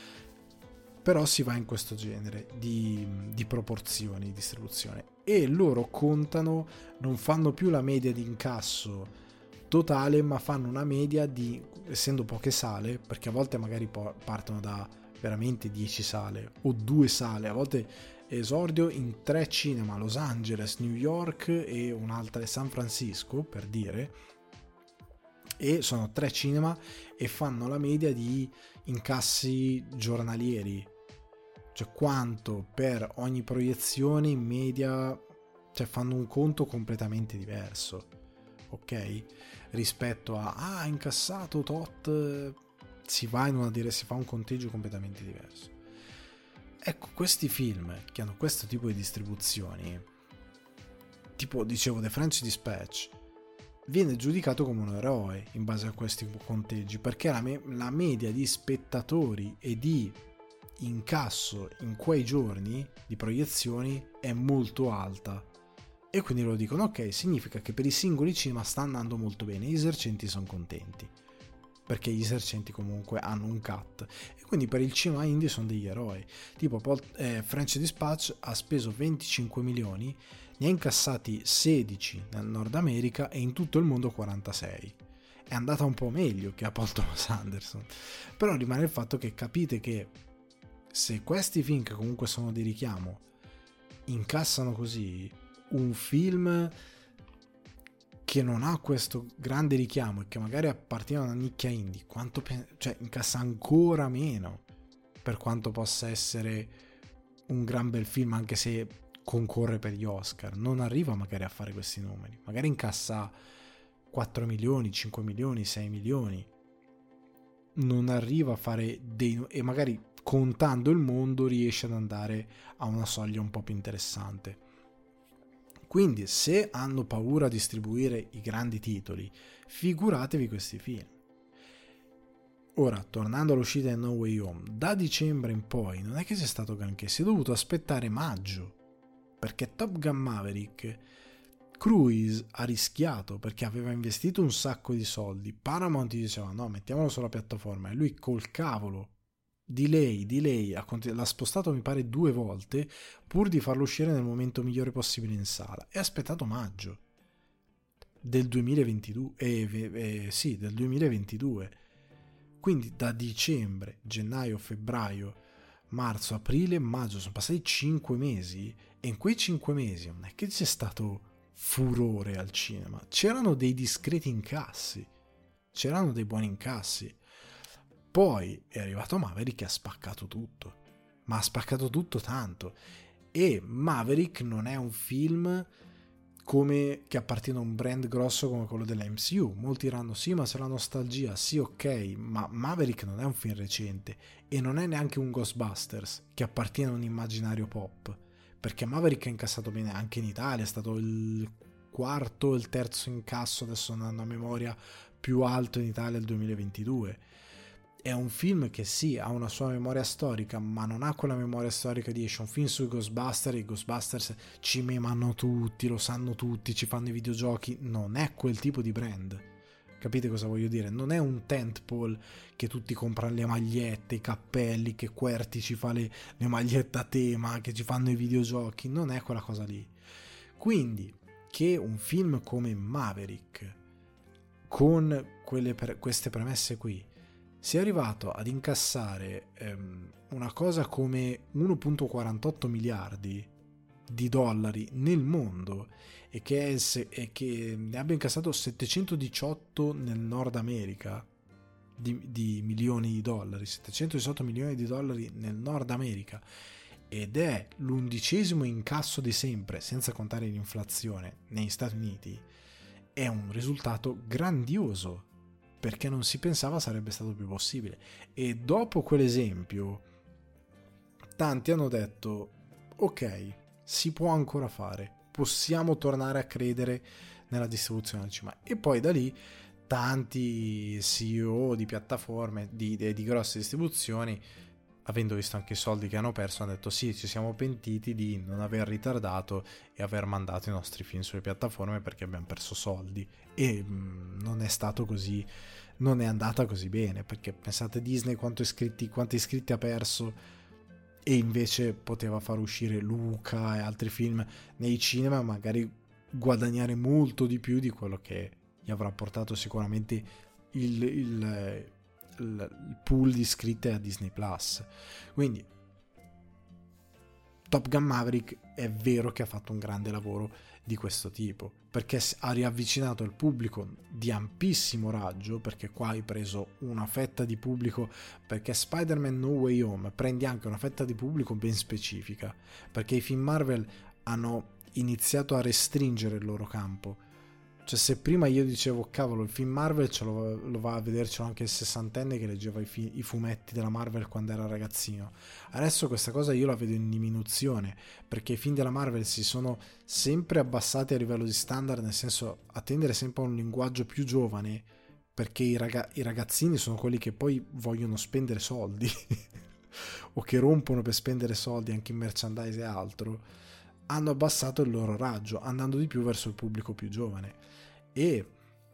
Però si va in questo genere di proporzioni di distribuzione, e loro contano, non fanno più la media di incasso totale, ma fanno una media di, essendo poche sale, perché a volte magari partono da veramente 10 sale o 2 sale, a volte esordio in 3 cinema, Los Angeles, New York e un'altra San Francisco, per dire, e sono 3 cinema e fanno la media di incassi giornalieri, cioè quanto per ogni proiezione in media, cioè fanno un conto completamente diverso, ok? Rispetto a incassato tot, si va in una si fa un conteggio completamente diverso. Ecco, questi film che hanno questo tipo di distribuzioni, tipo dicevo The French Dispatch, viene giudicato come un eroe in base a questi conteggi, perché la media di spettatori e di incasso in quei giorni di proiezioni è molto alta, e quindi lo dicono, ok, significa che per i singoli cinema sta andando molto bene, gli esercenti sono contenti perché gli esercenti comunque hanno un cut, e quindi per il cinema indie sono degli eroi. Tipo French Dispatch ha speso 25 milioni, ne ha incassati 16 nel Nord America e in tutto il mondo 46. È andata un po' meglio che a Paul Thomas Anderson, però rimane il fatto che capite che se questi film, che comunque sono di richiamo, incassano così, un film che non ha questo grande richiamo e che magari appartiene a una nicchia indie, cioè incassa ancora meno, per quanto possa essere un gran bel film, anche se concorre per gli Oscar, non arriva magari a fare questi numeri, magari incassa 4 milioni, 5 milioni, 6 milioni, non arriva a fare e magari contando il mondo riesce ad andare a una soglia un po' più interessante. Quindi se hanno paura a distribuire i grandi titoli, figuratevi questi film. Ora, tornando all'uscita di No Way Home, da dicembre in poi non è che sia stato granché, si è dovuto aspettare maggio, perché Top Gun Maverick, Cruise ha rischiato perché aveva investito un sacco di soldi, Paramount gli diceva no, mettiamolo sulla piattaforma, e lui col cavolo delay l'ha spostato mi pare 2 volte pur di farlo uscire nel momento migliore possibile in sala, e ha aspettato maggio del 2022, sì, del 2022, quindi da dicembre, gennaio, febbraio, marzo, aprile, maggio, sono passati 5 mesi, e in quei 5 mesi non è che c'è stato furore al cinema, c'erano dei discreti incassi, c'erano dei buoni incassi. Poi è arrivato Maverick che ha spaccato tutto, ma ha spaccato tutto tanto, e Maverick non è un film come che appartiene a un brand grosso come quello della MCU. Molti diranno sì, ma c'è la nostalgia, sì, ok, ma Maverick non è un film recente e non è neanche un Ghostbusters che appartiene a un immaginario pop, perché Maverick ha incassato bene anche in Italia, è stato il quarto o il terzo incasso, adesso non hanno a memoria, più alto in Italia del 2022. È un film che sì, ha una sua memoria storica, ma non ha quella memoria storica di esce un film sui Ghostbusters, i Ghostbusters ci memano tutti, lo sanno tutti, ci fanno i videogiochi, non è quel tipo di brand. Capite cosa voglio dire? Non è un tentpole che tutti comprano le magliette, i cappelli, che Querti ci fa le magliette a tema, che ci fanno i videogiochi, non è quella cosa lì. Quindi, che un film come Maverick, con queste premesse qui, si è arrivato ad incassare una cosa come 1,48 miliardi di dollari nel mondo, e che ne abbia incassato 718 nel Nord America di milioni di dollari, 718 milioni di dollari nel Nord America, ed è l'11° incasso di sempre, senza contare l'inflazione, negli Stati Uniti, è un risultato grandioso, perché non si pensava sarebbe stato più possibile. E dopo quell'esempio tanti hanno detto ok, si può ancora fare, possiamo tornare a credere nella distribuzione al cinema. E poi da lì tanti CEO di piattaforme, di grosse distribuzioni, avendo visto anche i soldi che hanno perso, hanno detto sì, ci siamo pentiti di non aver ritardato e aver mandato i nostri film sulle piattaforme perché abbiamo perso soldi. E non è stato così, non è andata così bene, perché pensate Disney quanti iscritti ha perso, e invece poteva far uscire Luca e altri film nei cinema, magari guadagnare molto di più di quello che gli avrà portato sicuramente il pool di iscritte a Disney Plus. Quindi Top Gun Maverick è vero che ha fatto un grande lavoro di questo tipo, perché ha riavvicinato il pubblico di ampissimo raggio, perché qua hai preso una fetta di pubblico, perché Spider-Man No Way Home prendi anche una fetta di pubblico ben specifica, perché i film Marvel hanno iniziato a restringere il loro campo. Cioè, se prima io dicevo cavolo, il film Marvel lo va a vedercelo anche il sessantenne che leggeva i fumetti della Marvel quando era ragazzino, adesso questa cosa io la vedo in diminuzione, perché i film della Marvel si sono sempre abbassati a livello di standard, nel senso a tendere sempre a un linguaggio più giovane, perché i ragazzini sono quelli che poi vogliono spendere soldi o che rompono per spendere soldi anche in merchandise e altro. Hanno abbassato il loro raggio, andando di più verso il pubblico più giovane. E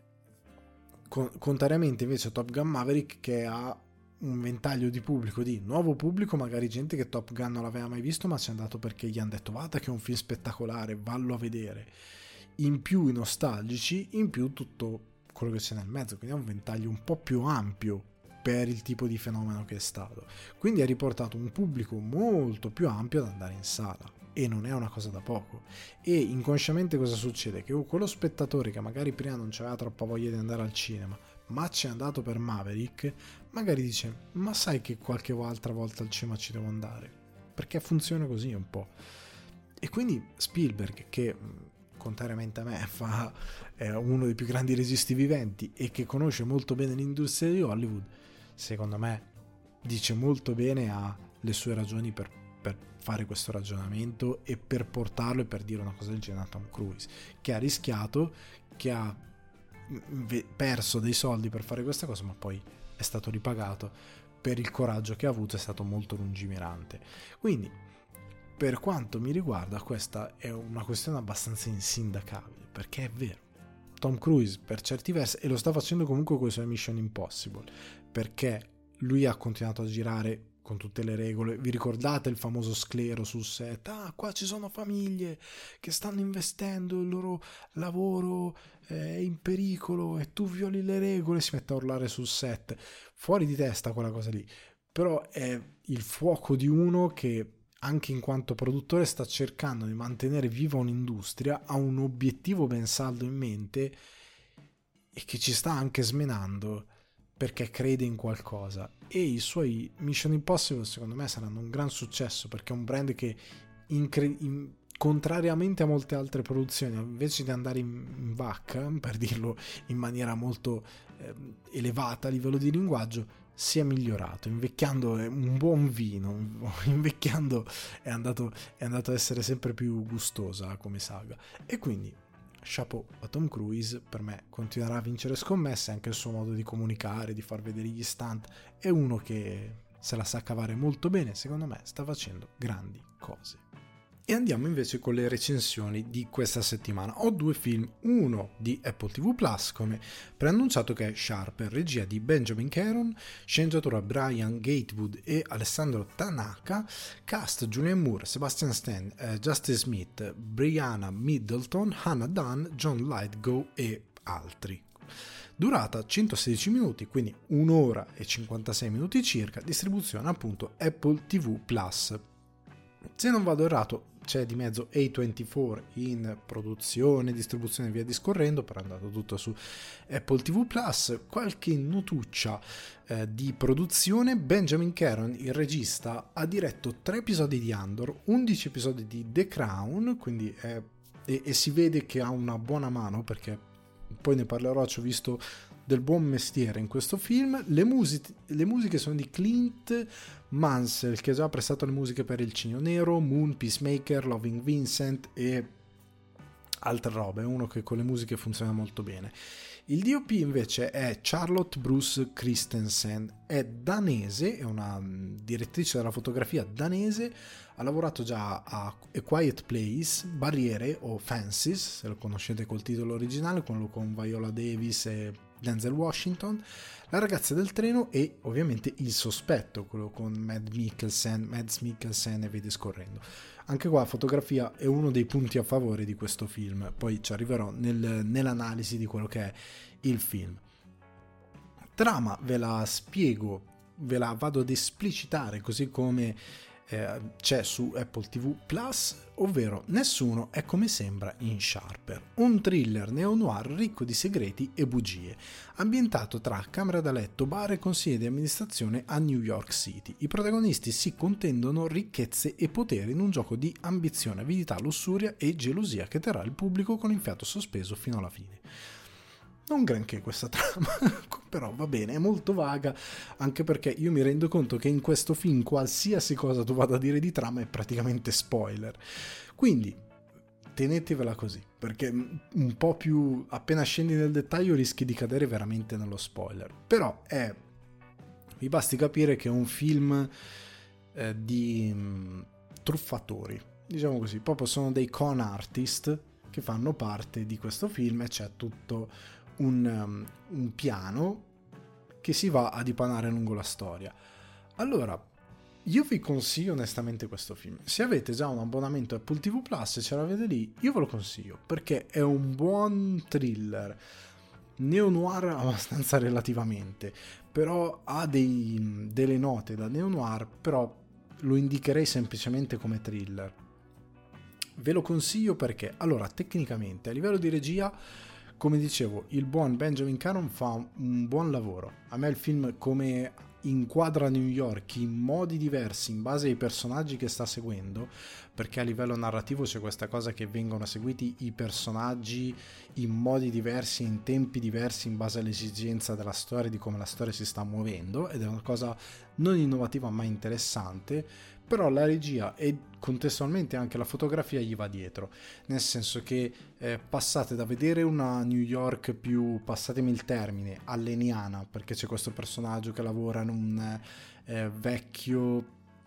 contrariamente invece a Top Gun Maverick, che ha un ventaglio di pubblico, di nuovo pubblico, magari gente che Top Gun non l'aveva mai visto ma ci è andato perché gli hanno detto guarda che è un film spettacolare, vallo a vedere, in più i nostalgici, in più tutto quello che c'è nel mezzo, quindi è un ventaglio un po' più ampio per il tipo di fenomeno che è stato, quindi ha riportato un pubblico molto più ampio ad andare in sala. E non è una cosa da poco. E inconsciamente cosa succede? Che quello spettatore che magari prima non c'aveva troppa voglia di andare al cinema, ma ci è andato per Maverick, magari dice ma sai che qualche altra volta al cinema ci devo andare, perché funziona così un po'. E quindi Spielberg, che contrariamente a me è uno dei più grandi registi viventi e che conosce molto bene l'industria di Hollywood, secondo me dice molto bene, ha le sue ragioni per fare questo ragionamento e per portarlo e per dire una cosa del genere a Tom Cruise, che ha rischiato, che ha perso dei soldi per fare questa cosa, ma poi è stato ripagato per il coraggio che ha avuto, è stato molto lungimirante. Quindi per quanto mi riguarda questa è una questione abbastanza insindacabile, perché è vero, Tom Cruise per certi versi, e lo sta facendo comunque con i suoi Mission Impossible, perché lui ha continuato a girare con tutte le regole. Vi ricordate il famoso sclero sul set? Ah, qua ci sono famiglie che stanno investendo, il loro lavoro è in pericolo e tu violi le regole, si mette a urlare sul set. Fuori di testa quella cosa lì, però è il fuoco di uno che anche in quanto produttore sta cercando di mantenere viva un'industria, ha un obiettivo ben saldo in mente e che ci sta anche smenando perché crede in qualcosa. E i suoi Mission Impossible secondo me saranno un gran successo, perché è un brand che contrariamente a molte altre produzioni, invece di andare in vacca, per dirlo in maniera molto elevata a livello di linguaggio, si è migliorato, invecchiando è un buon vino, invecchiando è andato ad essere sempre più gustosa come saga. E quindi chapeau a Tom Cruise, per me continuerà a vincere scommesse, anche il suo modo di comunicare, di far vedere gli stunt, è uno che se la sa cavare molto bene, secondo me sta facendo grandi cose. E andiamo invece con le recensioni di questa settimana. Ho due film, uno di Apple TV Plus, come preannunciato, che è Sharp, regia di Benjamin Caron, sceneggiatura Brian Gatewood e Alessandro Tanaka, cast Julianne Moore, Sebastian Stan, Justice Smith, Brianna Middleton, Hannah Dunn, John Lithgow e altri. Durata 116 minuti, quindi 1 ora e 56 minuti circa, distribuzione appunto Apple TV Plus. Se non vado errato c'è di mezzo A24 in produzione, distribuzione e via discorrendo, però è andato tutto su Apple TV Plus. Qualche notuccia di produzione: Benjamin Caron, il regista, ha diretto 3 episodi di Andor, 11 episodi di The Crown, quindi e si vede che ha una buona mano, perché poi ne parlerò, ci ho visto del buon mestiere in questo film. Le musiche sono di Clint Mansell, che ha già prestato le musiche per Il Cigno Nero, Moon, Peacemaker, Loving Vincent e altre robe, è uno che con le musiche funziona molto bene. Il DOP invece è Charlotte Bruce Christensen, è danese, è una direttrice della fotografia danese, ha lavorato già a A Quiet Place, Barriere o Fences, se lo conoscete col titolo originale, quello con Viola Davis e Denzel Washington, La ragazza del treno e ovviamente Il sospetto, quello con Mads Mikkelsen e via discorrendo. Anche qua la fotografia è uno dei punti a favore di questo film, poi ci arriverò nell'analisi di quello che è il film. Trama ve la spiego, ve la vado ad esplicitare così come c'è su Apple TV Plus, ovvero Nessuno è come sembra in Sharper, un thriller neo-noir ricco di segreti e bugie, ambientato tra camera da letto, bar e consigli di amministrazione a New York City. I protagonisti si contendono ricchezze e potere in un gioco di ambizione, avidità, lussuria e gelosia che terrà il pubblico con il fiato sospeso fino alla fine. Non granché questa trama, però va bene, è molto vaga, anche perché io mi rendo conto che in questo film qualsiasi cosa tu vada a dire di trama è praticamente spoiler. Quindi tenetevela così, perché un po' più appena scendi nel dettaglio rischi di cadere veramente nello spoiler. Però vi basti capire che è un film di truffatori, diciamo così, proprio sono dei con artist che fanno parte di questo film e c'è tutto un piano che si va a dipanare lungo la storia. Allora, io vi consiglio onestamente questo film. Se avete già un abbonamento Apple TV Plus e ce l'avete lì, io ve lo consiglio, perché è un buon thriller neo-noir abbastanza relativamente, però ha delle note da neo-noir, però lo indicherei semplicemente come thriller. Ve lo consiglio perché, allora, tecnicamente, a livello di regia, come dicevo, il buon Benjamin Caron fa un buon lavoro. A me il film, come inquadra New York in modi diversi in base ai personaggi che sta seguendo, perché a livello narrativo c'è questa cosa che vengono seguiti i personaggi in modi diversi, in tempi diversi, in base all'esigenza della storia, di come la storia si sta muovendo, ed è una cosa non innovativa ma interessante. Però la regia e contestualmente anche la fotografia gli va dietro, nel senso che passate da vedere una New York più, passatemi il termine, alleniana, perché c'è questo personaggio che lavora in un vecchio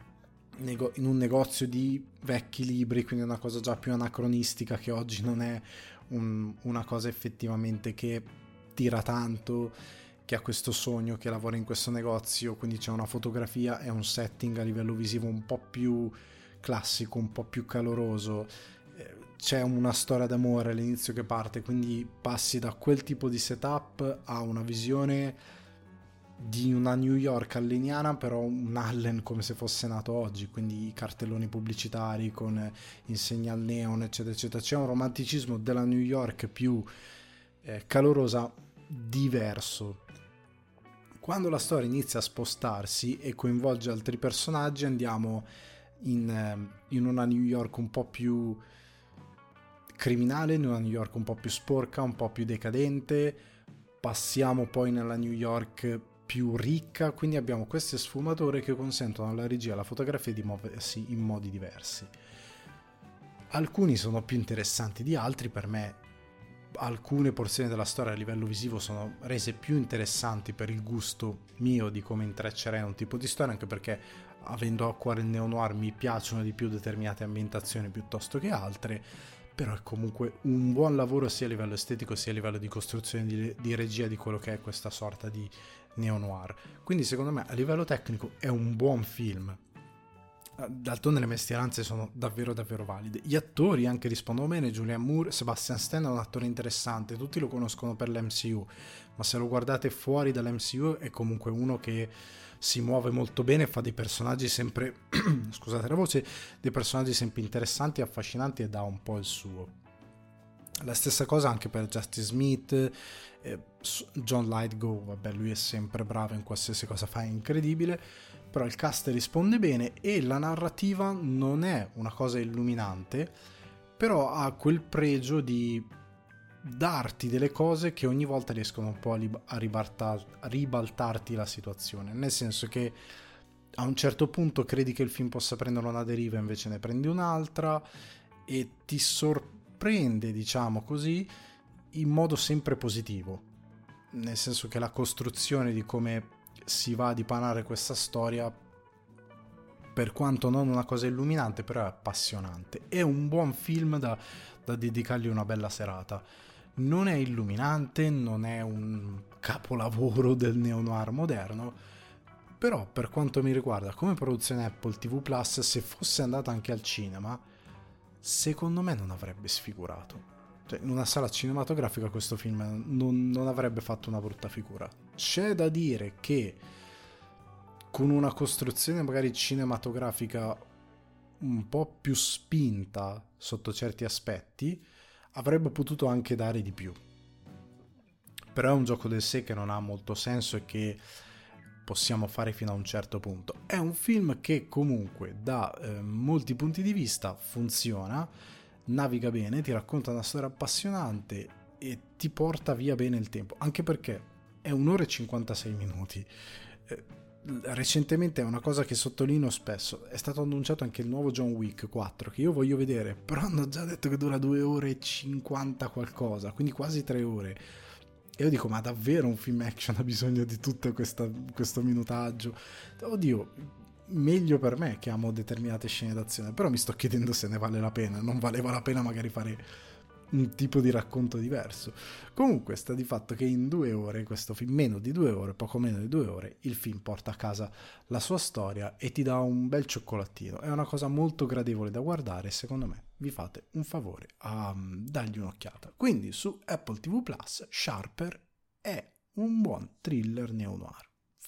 in un negozio di vecchi libri, quindi è una cosa già più anacronistica che oggi non è una cosa effettivamente che tira tanto, che ha questo sogno, che lavora in questo negozio, quindi c'è una fotografia e un setting a livello visivo un po' più classico, un po' più caloroso, c'è una storia d'amore all'inizio che parte, quindi passi da quel tipo di setup a una visione di una New York alleniana, però un Allen come se fosse nato oggi, quindi i cartelloni pubblicitari con insegne al neon eccetera eccetera. C'è un romanticismo della New York più calorosa, diverso. Quando la storia inizia a spostarsi e coinvolge altri personaggi, andiamo in una New York un po' più criminale, in una New York un po' più sporca, un po' più decadente, passiamo poi nella New York più ricca, quindi abbiamo queste sfumature che consentono alla regia e alla fotografia di muoversi in modi diversi. Alcuni sono più interessanti di altri, per me alcune porzioni della storia a livello visivo sono rese più interessanti per il gusto mio di come intreccerei un tipo di storia, anche perché avendo a cuore il neo-noir mi piacciono di più determinate ambientazioni piuttosto che altre, però è comunque un buon lavoro sia a livello estetico sia a livello di costruzione di regia di quello che è questa sorta di neo-noir. Quindi secondo me a livello tecnico è un buon film. D'altronde le mestieranze sono davvero davvero valide, gli attori anche rispondono bene. Julianne Moore, Sebastian Stan è un attore interessante, tutti lo conoscono per l'MCU, ma se lo guardate fuori dall'MCU è comunque uno che si muove molto bene, fa dei personaggi sempre scusate la voce, dei personaggi sempre interessanti e affascinanti, e dà un po' il suo. La stessa cosa anche per Justice Smith, John Lithgow, vabbè, lui è sempre bravo in qualsiasi cosa fa, è incredibile, però il cast risponde bene e la narrativa non è una cosa illuminante, però ha quel pregio di darti delle cose che ogni volta riescono un po' a ribaltarti la situazione, nel senso che a un certo punto credi che il film possa prendere una deriva, invece ne prendi un'altra e ti sorprende sorprende, diciamo così, in modo sempre positivo, nel senso che la costruzione di come si va a dipanare questa storia, per quanto non una cosa illuminante, però è appassionante. È un buon film da dedicargli una bella serata. Non è illuminante, non è un capolavoro del neo-noir moderno, però per quanto mi riguarda, come produzione Apple TV Plus, se fosse andata anche al cinema, secondo me non avrebbe sfigurato. Cioè, in una sala cinematografica questo film non avrebbe fatto una brutta figura. C'è da dire che con una costruzione magari cinematografica un po' più spinta sotto certi aspetti, avrebbe potuto anche dare di più. Però è un gioco del sé che non ha molto senso e che possiamo fare fino a un certo punto. È un film che comunque da molti punti di vista funziona, naviga bene, ti racconta una storia appassionante e ti porta via bene il tempo, anche perché è 1 ora e 56 minuti. Recentemente è una cosa che sottolineo spesso, è stato annunciato anche il nuovo John Wick 4 che io voglio vedere, però hanno già detto che dura 2 ore e 50 qualcosa, quindi quasi 3 ore, e io dico, ma davvero un film action ha bisogno di tutto questo minutaggio? Oddio, meglio per me che amo determinate scene d'azione, però mi sto chiedendo se ne vale la pena. Non valeva la pena magari fare un tipo di racconto diverso. Comunque sta di fatto che in 2 ore questo film, meno di 2 ore, poco meno di 2 ore, il film porta a casa la sua storia e ti dà un bel cioccolatino. È una cosa molto gradevole da guardare e secondo me vi fate un favore a dargli un'occhiata. Quindi su Apple TV Plus Sharper è un buon thriller neo-noir.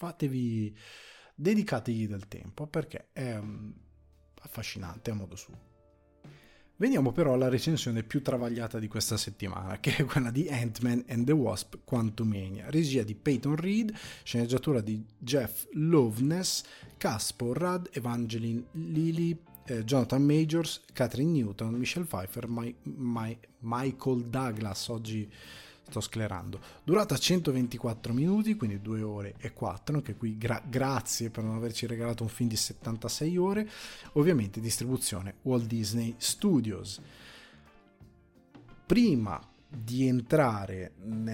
Dedicategli del tempo perché è affascinante a modo suo. Veniamo però alla recensione più travagliata di questa settimana, che è quella di Ant-Man and the Wasp Quantumania, regia di Peyton Reed, sceneggiatura di Jeff Loveness, cast Paul Rudd, Evangeline Lilly, Jonathan Majors, Catherine Newton, Michelle Pfeiffer, Michael Douglas, oggi sto sclerando. Durata 124 minuti, quindi 2 ore e 4, anche qui grazie per non averci regalato un film di 76 ore, ovviamente distribuzione Walt Disney Studios. Prima di entrare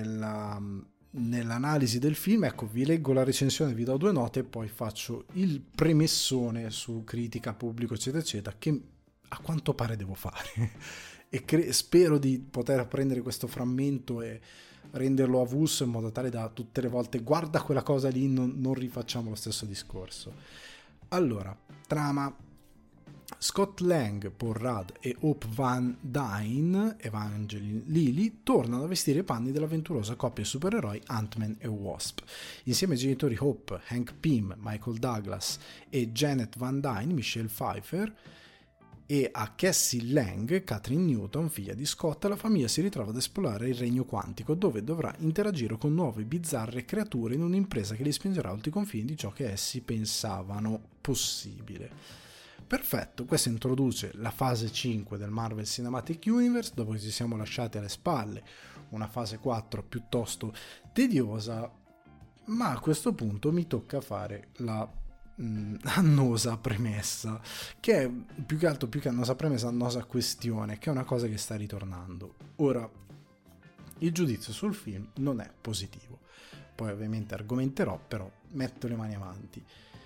nell'analisi del film, ecco, vi leggo la recensione, vi do 2 note e poi faccio il premessone su critica, pubblico, eccetera, eccetera, che a quanto pare devo fare. E spero di poter prendere questo frammento e renderlo avulso in modo tale da tutte le volte guarda quella cosa lì, non rifacciamo lo stesso discorso. Allora, trama: Scott Lang, Paul Rudd e Hope Van Dyne, Evangeline Lilly, tornano a vestire i panni dell'avventurosa coppia di supereroi Ant-Man e Wasp. Insieme ai genitori Hope, Hank Pym, Michael Douglas e Janet Van Dyne, Michelle Pfeiffer, e a Cassie Lang, Catherine Newton, figlia di Scott, la famiglia si ritrova ad esplorare il regno quantico, dove dovrà interagire con nuove bizzarre creature in un'impresa che li spingerà oltre i confini di ciò che essi pensavano possibile. Perfetto, questo introduce la fase 5 del Marvel Cinematic Universe, dopo che ci siamo lasciati alle spalle una fase 4 piuttosto tediosa, ma a questo punto mi tocca fare la annosa premessa, che è più che annosa premessa, annosa questione, che è una cosa che sta ritornando. Ora, il giudizio sul film non è positivo, poi ovviamente argomenterò, però metto le mani avanti.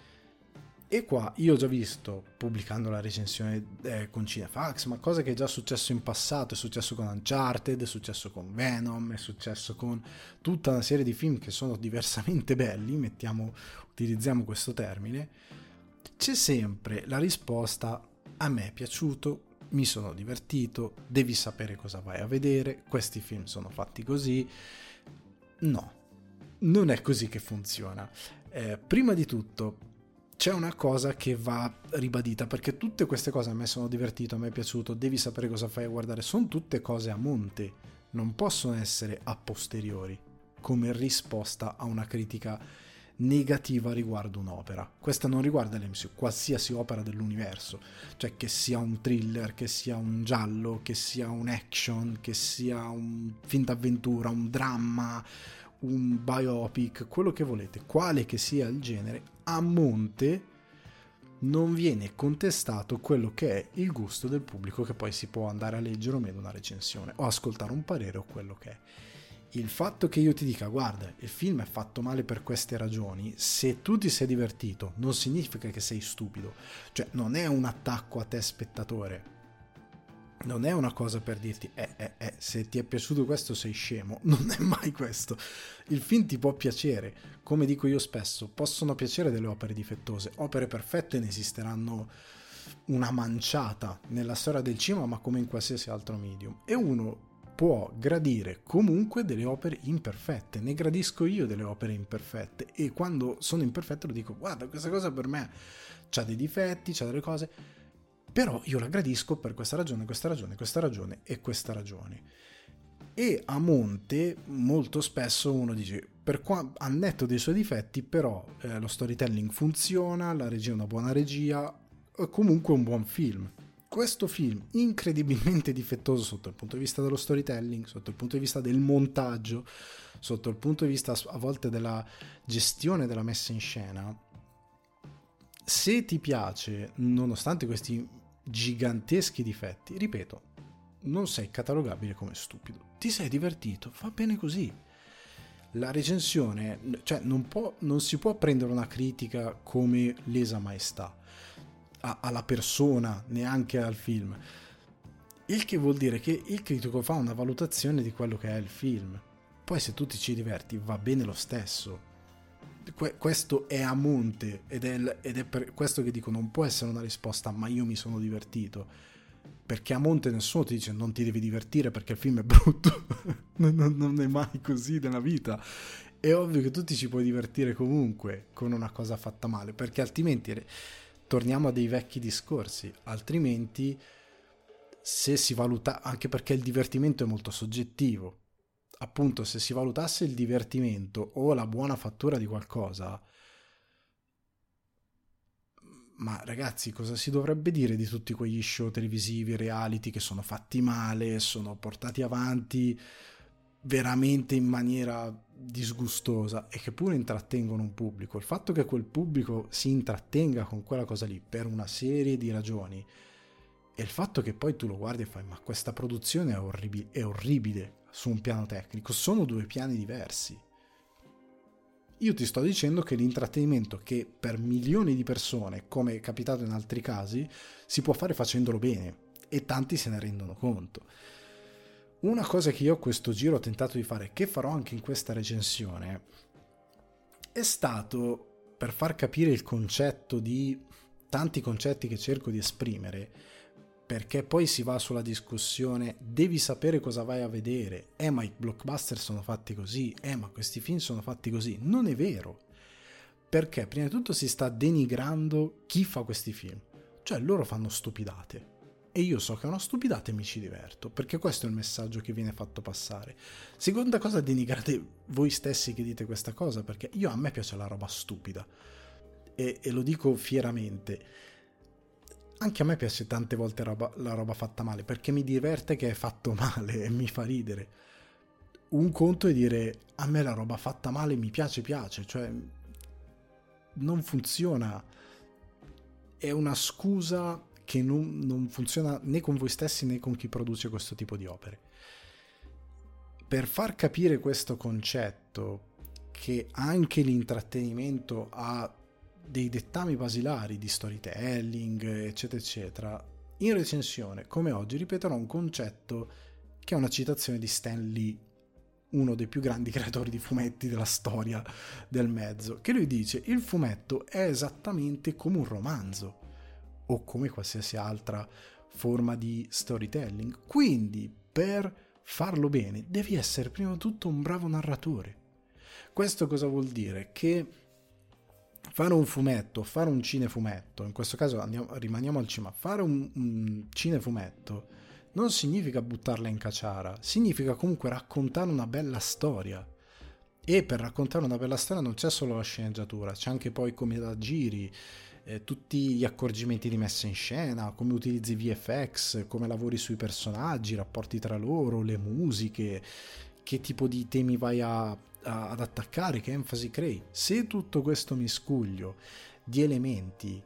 E qua io ho già visto, pubblicando la recensione con Cinefax, ma cosa che è già successo in passato, è successo con Uncharted, è successo con Venom, è successo con tutta una serie di film che sono diversamente belli, utilizziamo questo termine. C'è sempre la risposta: a me è piaciuto, mi sono divertito, devi sapere cosa vai a vedere, questi film sono fatti così. No, non è così che funziona. Prima di tutto c'è una cosa che va ribadita, perché tutte queste cose: a me sono divertito, a me è piaciuto, devi sapere cosa fai a guardare, sono tutte cose a monte, non possono essere a posteriori come risposta a una critica negativa riguardo un'opera. Questa non riguarda l'MCU, qualsiasi opera dell'universo, cioè che sia un thriller, che sia un giallo, che sia un action, che sia un film d'avventura, un dramma, un biopic, quello che volete, quale che sia il genere, a monte non viene contestato quello che è il gusto del pubblico, che poi si può andare a leggere o meno una recensione o ascoltare un parere o quello che è. Il fatto che io ti dica guarda, il film è fatto male per queste ragioni, se tu ti sei divertito non significa che sei stupido, cioè non è un attacco a te spettatore, non è una cosa per dirti se ti è piaciuto questo sei scemo, non è mai questo. Il film ti può piacere, come dico io spesso, possono piacere delle opere difettose, opere perfette ne esisteranno una manciata nella storia del cinema, ma come in qualsiasi altro medium, e uno può gradire comunque delle opere imperfette. Ne gradisco io delle opere imperfette, e quando sono imperfette lo dico, guarda, questa cosa per me c'ha dei difetti, c'ha delle cose, però io la gradisco per questa ragione, questa ragione, questa ragione e questa ragione. E a monte molto spesso uno dice, al netto dei suoi difetti, però lo storytelling funziona, la regia è una buona regia, comunque un buon film. Questo film incredibilmente difettoso sotto il punto di vista dello storytelling, sotto il punto di vista del montaggio, sotto il punto di vista a volte della gestione della messa in scena, se ti piace, nonostante questi giganteschi difetti, ripeto, non sei catalogabile come stupido, ti sei divertito, va bene così. La recensione, cioè non si può prendere una critica come lesa maestà alla persona, neanche al film, il che vuol dire che il critico fa una valutazione di quello che è il film, poi se tu ti ci diverti va bene lo stesso. Questo è a monte ed è per questo che dico non può essere una risposta ma io mi sono divertito, perché a monte nessuno ti dice non ti devi divertire perché il film è brutto. non è mai così nella vita. È ovvio che tu ti ci puoi divertire comunque con una cosa fatta male, perché altrimenti torniamo a dei vecchi discorsi, altrimenti se si valuta, anche perché il divertimento è molto soggettivo, appunto se si valutasse il divertimento o la buona fattura di qualcosa, ma ragazzi, cosa si dovrebbe dire di tutti quegli show televisivi, reality che sono fatti male, sono portati avanti veramente in maniera disgustosa e che pure intrattengono un pubblico? Il fatto che quel pubblico si intrattenga con quella cosa lì per una serie di ragioni, e il fatto che poi tu lo guardi e fai ma questa produzione è orribile su un piano tecnico, sono due piani diversi. Io ti sto dicendo che l'intrattenimento, che per milioni di persone, come è capitato in altri casi, si può fare facendolo bene, e tanti se ne rendono conto. Una cosa che io a questo giro ho tentato di fare, che farò anche in questa recensione, è stato, per far capire il concetto di tanti concetti che cerco di esprimere, perché poi si va sulla discussione, devi sapere cosa vai a vedere, ma i blockbuster sono fatti così, ma questi film sono fatti così. Non è vero, perché prima di tutto si sta denigrando chi fa questi film, cioè loro fanno stupidate e io so che è una stupidata e mi ci diverto, perché questo è il messaggio che viene fatto passare. Seconda cosa, denigrate voi stessi che dite questa cosa, perché a me piace la roba stupida e lo dico fieramente. Anche a me piace tante volte la roba fatta male, perché mi diverte che è fatto male e mi fa ridere. Un conto è dire a me la roba fatta male mi piace, cioè non funziona, è una scusa che non funziona né con voi stessi né con chi produce questo tipo di opere. Per far capire questo concetto, che anche l'intrattenimento ha dei dettami basilari di storytelling, eccetera eccetera, in recensione come oggi ripeterò un concetto che è una citazione di Stan Lee, uno dei più grandi creatori di fumetti della storia del mezzo, che lui dice: il fumetto è esattamente come un romanzo o come qualsiasi altra forma di storytelling, quindi per farlo bene devi essere prima di tutto un bravo narratore. Questo cosa vuol dire? Che fare un fumetto, fare un cinefumetto, in questo caso rimaniamo al cinema, fare un cinefumetto non significa buttarla in caciara, significa comunque raccontare una bella storia. E per raccontare una bella storia non c'è solo la sceneggiatura, c'è anche poi come la giri, tutti gli accorgimenti di messa in scena, come utilizzi VFX, come lavori sui personaggi, i rapporti tra loro, le musiche, che tipo di temi vai ad attaccare, che enfasi crei. Se tutto questo miscuglio di elementi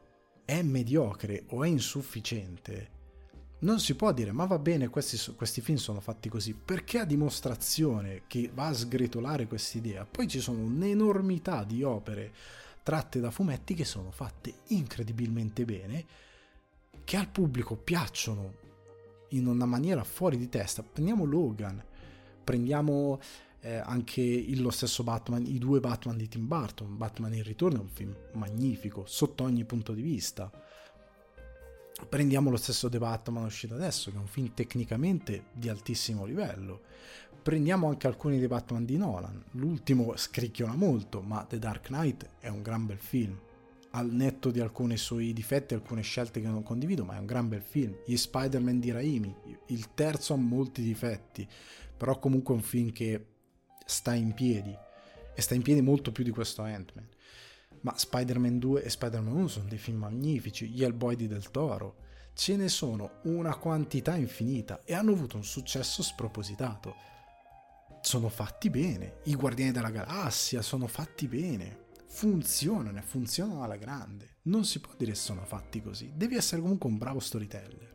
è mediocre o è insufficiente, non si può dire ma va bene, questi film sono fatti così, perché a dimostrazione che va a sgretolare quest'idea poi ci sono un'enormità di opere tratte da fumetti che sono fatte incredibilmente bene, che al pubblico piacciono in una maniera fuori di testa. Prendiamo Logan, prendiamo anche lo stesso Batman, i 2 Batman di Tim Burton. Batman in Ritorno è un film magnifico sotto ogni punto di vista. Prendiamo lo stesso The Batman uscito adesso, che è un film tecnicamente di altissimo livello. Prendiamo anche alcuni dei Batman di Nolan. L'ultimo scricchiola molto, ma The Dark Knight è un gran bel film, al netto di alcuni suoi difetti, alcune scelte che non condivido, ma è un gran bel film. Gli Spider-Man di Raimi, il terzo ha molti difetti, però comunque è un film che sta in piedi, e sta in piedi molto più di questo Ant-Man. Ma Spider-Man 2 e Spider-Man 1 sono dei film magnifici. Gli Hellboy di Del Toro, ce ne sono una quantità infinita e hanno avuto un successo spropositato. Sono fatti bene. I Guardiani della Galassia sono fatti bene, funzionano alla grande. Non si può dire sono fatti così, devi essere comunque un bravo storyteller.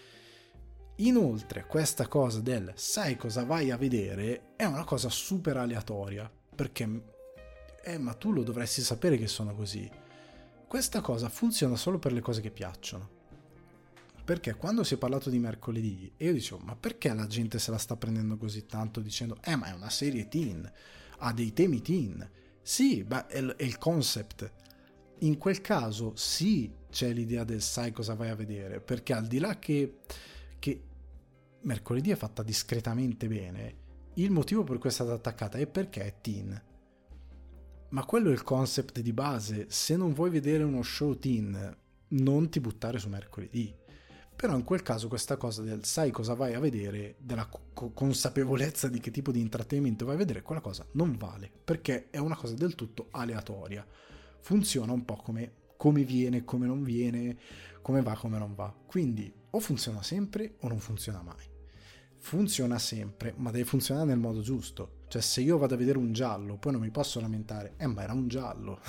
Inoltre questa cosa del sai cosa vai a vedere è una cosa super aleatoria, perché ma tu lo dovresti sapere che sono così. Questa cosa funziona solo per le cose che piacciono, perché quando si è parlato di mercoledì e io dicevo ma perché la gente se la sta prendendo così tanto dicendo ma è una serie teen, ha dei temi teen. Sì, è il concept. In quel caso sì, c'è l'idea del sai cosa vai a vedere, perché al di là che mercoledì è fatta discretamente bene, il motivo per cui è stata attaccata è perché è teen. Ma quello è il concept di base. Se non vuoi vedere uno show teen, non ti buttare su mercoledì. Però in quel caso questa cosa del sai cosa vai a vedere, della consapevolezza di che tipo di intrattenimento vai a vedere, quella cosa non vale, perché è una cosa del tutto aleatoria. Funziona un po' come viene, come non viene, come va, come non va. Quindi o funziona sempre o non funziona mai. Funziona sempre, ma deve funzionare nel modo giusto. Cioè se io vado a vedere un giallo poi non mi posso lamentare ma era un giallo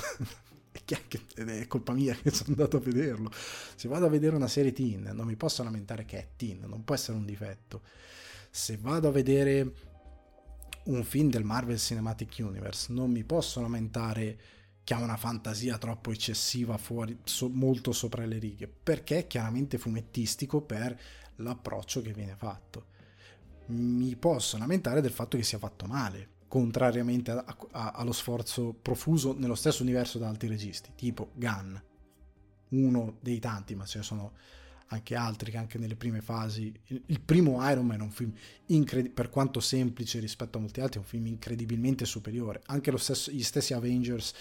è colpa mia che sono andato a vederlo. Se vado a vedere una serie teen non mi posso lamentare che è teen, non può essere un difetto. Se vado a vedere un film del Marvel Cinematic Universe non mi posso lamentare che ha una fantasia troppo eccessiva, molto sopra le righe, perché è chiaramente fumettistico per l'approccio che viene fatto. Mi posso lamentare del fatto che sia fatto male, contrariamente allo sforzo profuso nello stesso universo da altri registi, tipo Gunn, uno dei tanti, ma ce ne sono anche altri che anche nelle prime fasi. Il primo Iron Man è un film per quanto semplice rispetto a molti altri, è un film incredibilmente superiore. Anche gli stessi Avengers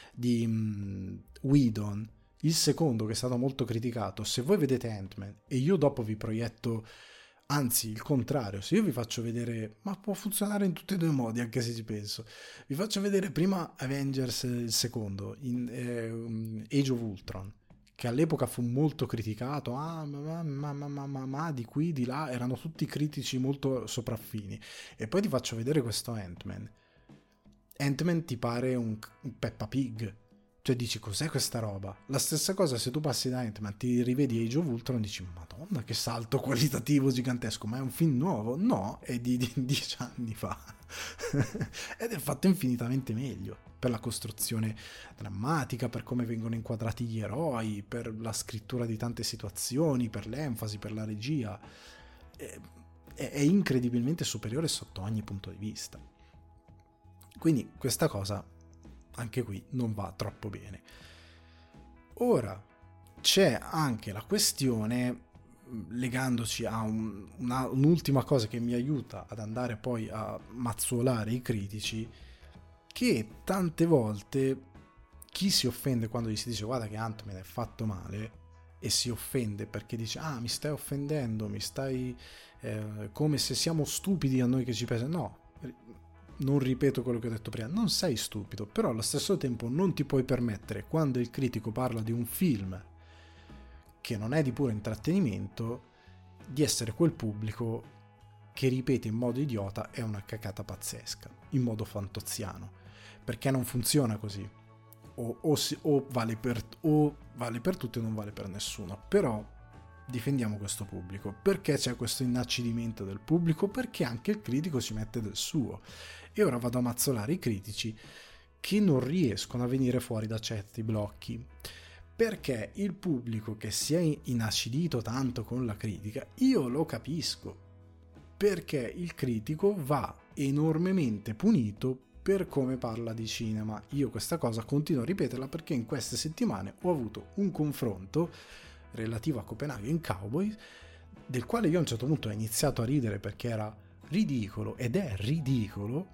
di Whedon, il secondo, che è stato molto criticato. Se voi vedete Ant-Man e io dopo vi proietto, anzi il contrario, se io vi faccio vedere, ma può funzionare in tutti e due i modi anche se ci penso, vi faccio vedere prima Avengers il secondo in Age of Ultron, che all'epoca fu molto criticato, ma di qui di là, erano tutti critici molto sopraffini, e poi ti faccio vedere questo Ant-Man ti pare un Peppa Pig, cioè dici cos'è questa roba. La stessa cosa se tu passi da Ant-Man, ti rivedi Age of Ultron, dici madonna che salto qualitativo gigantesco, ma è un film nuovo? No, è di 10 anni fa ed è fatto infinitamente meglio per la costruzione drammatica, per come vengono inquadrati gli eroi, per la scrittura di tante situazioni, per l'enfasi, per la regia. È incredibilmente superiore sotto ogni punto di vista. Quindi questa cosa anche qui non va troppo bene. Ora c'è anche la questione, legandoci a un'ultima cosa che mi aiuta ad andare poi a mazzolare i critici, che tante volte chi si offende quando gli si dice guarda che Ant-Man è fatto male, e si offende perché dice mi stai offendendo, mi stai come se siamo stupidi a noi che ci piace. No, non ripeto quello che ho detto prima, non sei stupido, però allo stesso tempo non ti puoi permettere, quando il critico parla di un film che non è di puro intrattenimento, di essere quel pubblico che ripete in modo idiota è una cacata pazzesca, in modo fantoziano, perché non funziona così. o vale per tutti o non vale per nessuno. Però difendiamo questo pubblico, perché c'è questo inacidimento del pubblico, perché anche il critico ci mette del suo. E ora vado a mazzolare i critici che non riescono a venire fuori da certi blocchi, perché il pubblico che si è inacidito tanto con la critica, io lo capisco, perché il critico va enormemente punito per come parla di cinema. Io questa cosa continuo a ripeterla perché in queste settimane ho avuto un confronto relativo a Copenaghen Cowboys, del quale io a un certo punto ho iniziato a ridere perché era ridicolo, ed è ridicolo,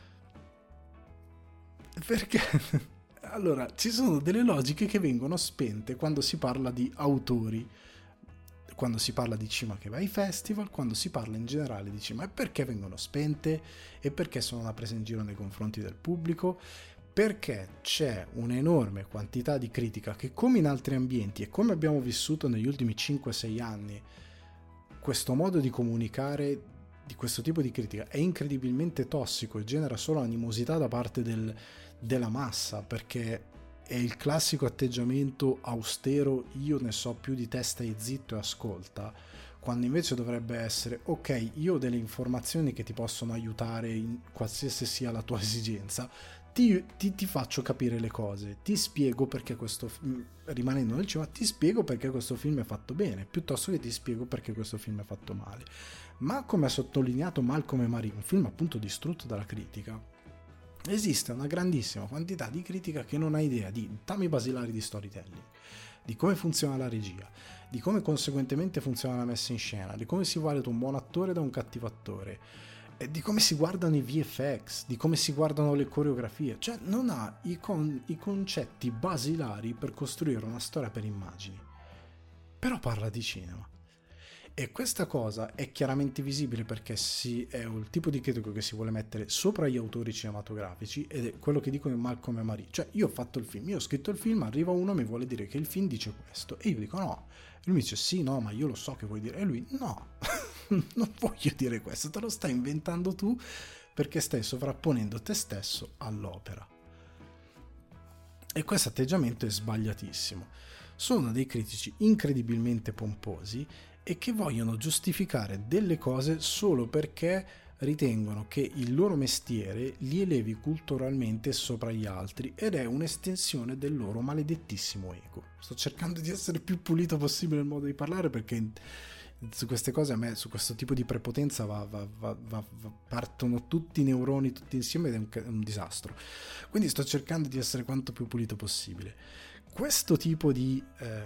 perché allora ci sono delle logiche che vengono spente quando si parla di autori, quando si parla di cinema che va ai festival, quando si parla in generale di cinema. E perché vengono spente? E perché sono una presa in giro nei confronti del pubblico? Perché c'è un'enorme quantità di critica che, come in altri ambienti e come abbiamo vissuto negli ultimi 5-6 anni, questo modo di comunicare di questo tipo di critica è incredibilmente tossico e genera solo animosità da parte della massa, perché è il classico atteggiamento austero, io ne so più di te, stai zitto e ascolta, quando invece dovrebbe essere ok, io ho delle informazioni che ti possono aiutare in qualsiasi sia la tua esigenza, ti faccio capire le cose, ti spiego perché questo rimanendo nel cinema, ti spiego perché questo film è fatto bene, piuttosto che ti spiego perché questo film è fatto male. Ma come ha sottolineato Malcolm e Marie, un film appunto distrutto dalla critica, esiste una grandissima quantità di critica che non ha idea di temi basilari di storytelling, di come funziona la regia, di come conseguentemente funziona la messa in scena, di come si valuta un buon attore da un cattivo attore, e di come si guardano i VFX, di come si guardano le coreografie. Cioè non ha i concetti basilari per costruire una storia per immagini, però parla di cinema. E questa cosa è chiaramente visibile perché è il tipo di critico che si vuole mettere sopra gli autori cinematografici, ed è quello che dicono Malcolm e Marie. Cioè, io ho fatto il film, io ho scritto il film, arriva uno e mi vuole dire che il film dice questo, e io dico no. E lui mi dice sì, no, ma io lo so che vuoi dire. E lui no, non voglio dire questo, te lo stai inventando tu perché stai sovrapponendo te stesso all'opera. E questo atteggiamento è sbagliatissimo. Sono dei critici incredibilmente pomposi e che vogliono giustificare delle cose solo perché ritengono che il loro mestiere li elevi culturalmente sopra gli altri, ed è un'estensione del loro maledettissimo ego. Sto cercando di essere più pulito possibile nel modo di parlare, perché su queste cose a me, su questo tipo di prepotenza partono tutti i neuroni tutti insieme ed è un disastro. Quindi sto cercando di essere quanto più pulito possibile. Questo tipo di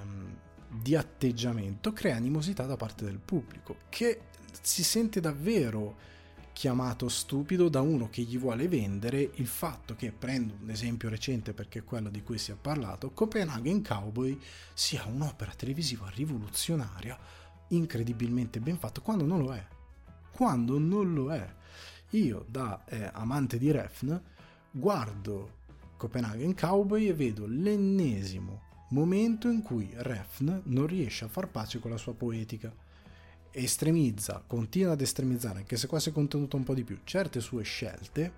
atteggiamento crea animosità da parte del pubblico, che si sente davvero chiamato stupido da uno che gli vuole vendere il fatto che, prendo un esempio recente perché è quello di cui si è parlato, Copenaghen Cowboy sia un'opera televisiva rivoluzionaria, incredibilmente ben fatta, quando non lo è. Quando non lo è. Io, da amante di Refn, guardo Copenaghen Cowboy e vedo l'ennesimo momento in cui Refn non riesce a far pace con la sua poetica, estremizza, continua ad estremizzare, anche se qua si è contenuto un po' di più, certe sue scelte,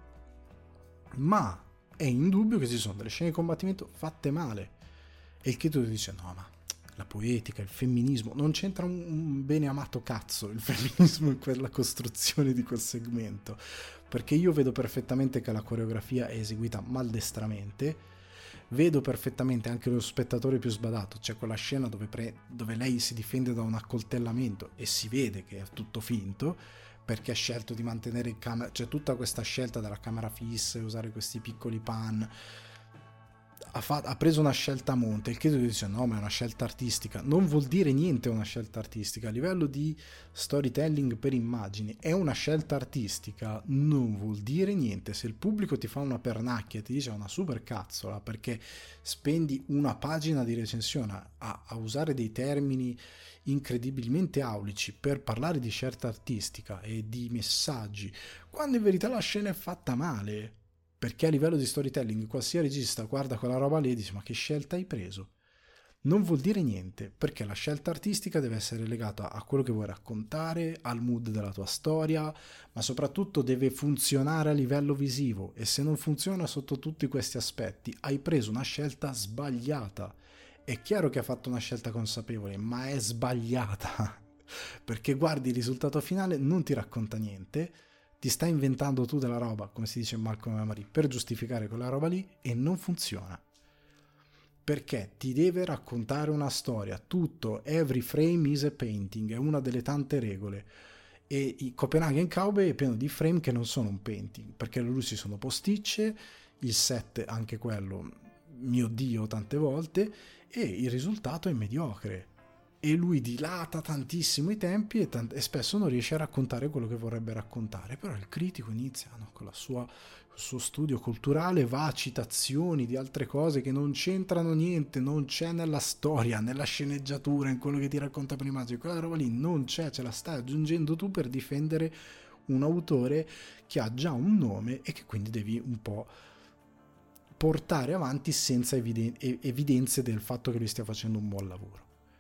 ma è indubbio che ci sono delle scene di combattimento fatte male, e il critico dice no, ma la poetica, il femminismo, non c'entra un bene amato cazzo il femminismo in quella costruzione di quel segmento, perché io vedo perfettamente che la coreografia è eseguita maldestramente, vedo perfettamente anche lo spettatore più sbadato, c'è quella scena dove lei si difende da un accoltellamento e si vede che è tutto finto, perché ha scelto di mantenere il camera, c'è tutta questa scelta della camera fissa e usare questi piccoli pan, ha preso una scelta a monte. Il critico dice no, ma è una scelta artistica. Non vuol dire niente una scelta artistica a livello di storytelling per immagini, è una scelta artistica, non vuol dire niente. Se il pubblico ti fa una pernacchia e ti dice una super cazzola perché spendi una pagina di recensione a usare dei termini incredibilmente aulici per parlare di scelta artistica e di messaggi, quando in verità la scena è fatta male, perché a livello di storytelling qualsiasi regista guarda quella roba lì e dice ma che scelta hai preso? non vuol dire niente, perché la scelta artistica deve essere legata a quello che vuoi raccontare, al mood della tua storia, ma soprattutto deve funzionare a livello visivo, e se non funziona sotto tutti questi aspetti, hai preso una scelta sbagliata. È chiaro che ha fatto una scelta consapevole, ma è sbagliata, perché guardi il risultato finale, non ti racconta niente, ti stai inventando tu della roba, come si dice in Malcolm e Marie, per giustificare quella roba lì, e non funziona. Perché ti deve raccontare una storia, tutto, every frame is a painting, è una delle tante regole. E i Copenhagen Cowboy è pieno di frame che non sono un painting, perché le luci sono posticce, il set anche quello, mio Dio, tante volte, e il risultato è mediocre. E lui dilata tantissimo i tempi e spesso non riesce a raccontare quello che vorrebbe raccontare, però il critico inizia, no, con il suo studio culturale, va a citazioni di altre cose che non c'entrano niente, non c'è nella storia, nella sceneggiatura, in quello che ti racconta prima, quella roba lì non c'è, ce la stai aggiungendo tu per difendere un autore che ha già un nome e che quindi devi un po' portare avanti senza evidenze del fatto che lui stia facendo un buon lavoro.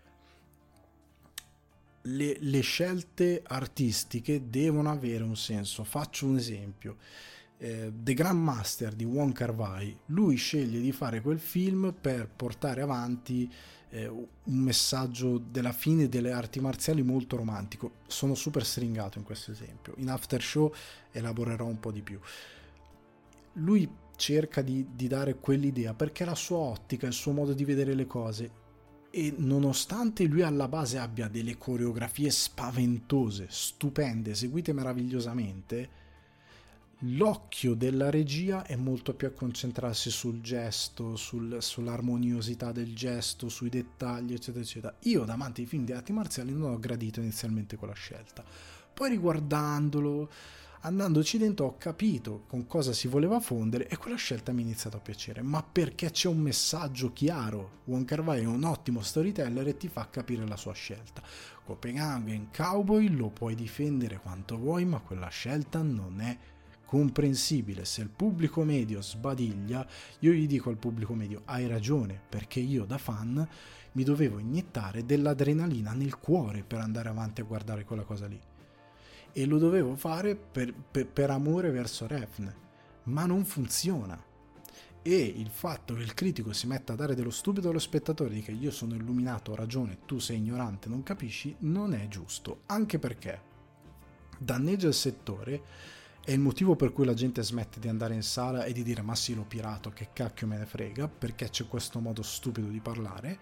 Le scelte artistiche devono avere un senso. Faccio un esempio. The Grandmaster di Wong Kar-wai, lui sceglie di fare quel film per portare avanti un messaggio della fine delle arti marziali molto romantico. Sono super stringato in questo esempio, in After Show elaborerò un po' di più. Lui cerca di dare quell'idea perché la sua ottica, il suo modo di vedere le cose, e nonostante lui alla base abbia delle coreografie spaventose, stupende, eseguite meravigliosamente, l'occhio della regia è molto più a concentrarsi sul gesto, sull'armoniosità del gesto, sui dettagli, eccetera, eccetera. Io, da amante di film di arti marziali, non ho gradito inizialmente quella scelta. Poi riguardandolo, andandoci dentro, ho capito con cosa si voleva fondere e quella scelta mi è iniziata a piacere, ma perché c'è un messaggio chiaro. Wong Kar-wai è un ottimo storyteller e ti fa capire la sua scelta. Copenhagen Cowboy lo puoi difendere quanto vuoi, ma quella scelta non è comprensibile. Se il pubblico medio sbadiglia, io gli dico al pubblico medio: hai ragione, perché io da fan mi dovevo iniettare dell'adrenalina nel cuore per andare avanti a guardare quella cosa lì, e lo dovevo fare per amore verso Refn, ma non funziona. E il fatto che il critico si metta a dare dello stupido allo spettatore, di che io sono illuminato, ho ragione, tu sei ignorante, non capisci, non è giusto, anche perché danneggia il settore. È il motivo per cui la gente smette di andare in sala e di dire: ma sì, l'ho pirato, che cacchio me ne frega, perché c'è questo modo stupido di parlare,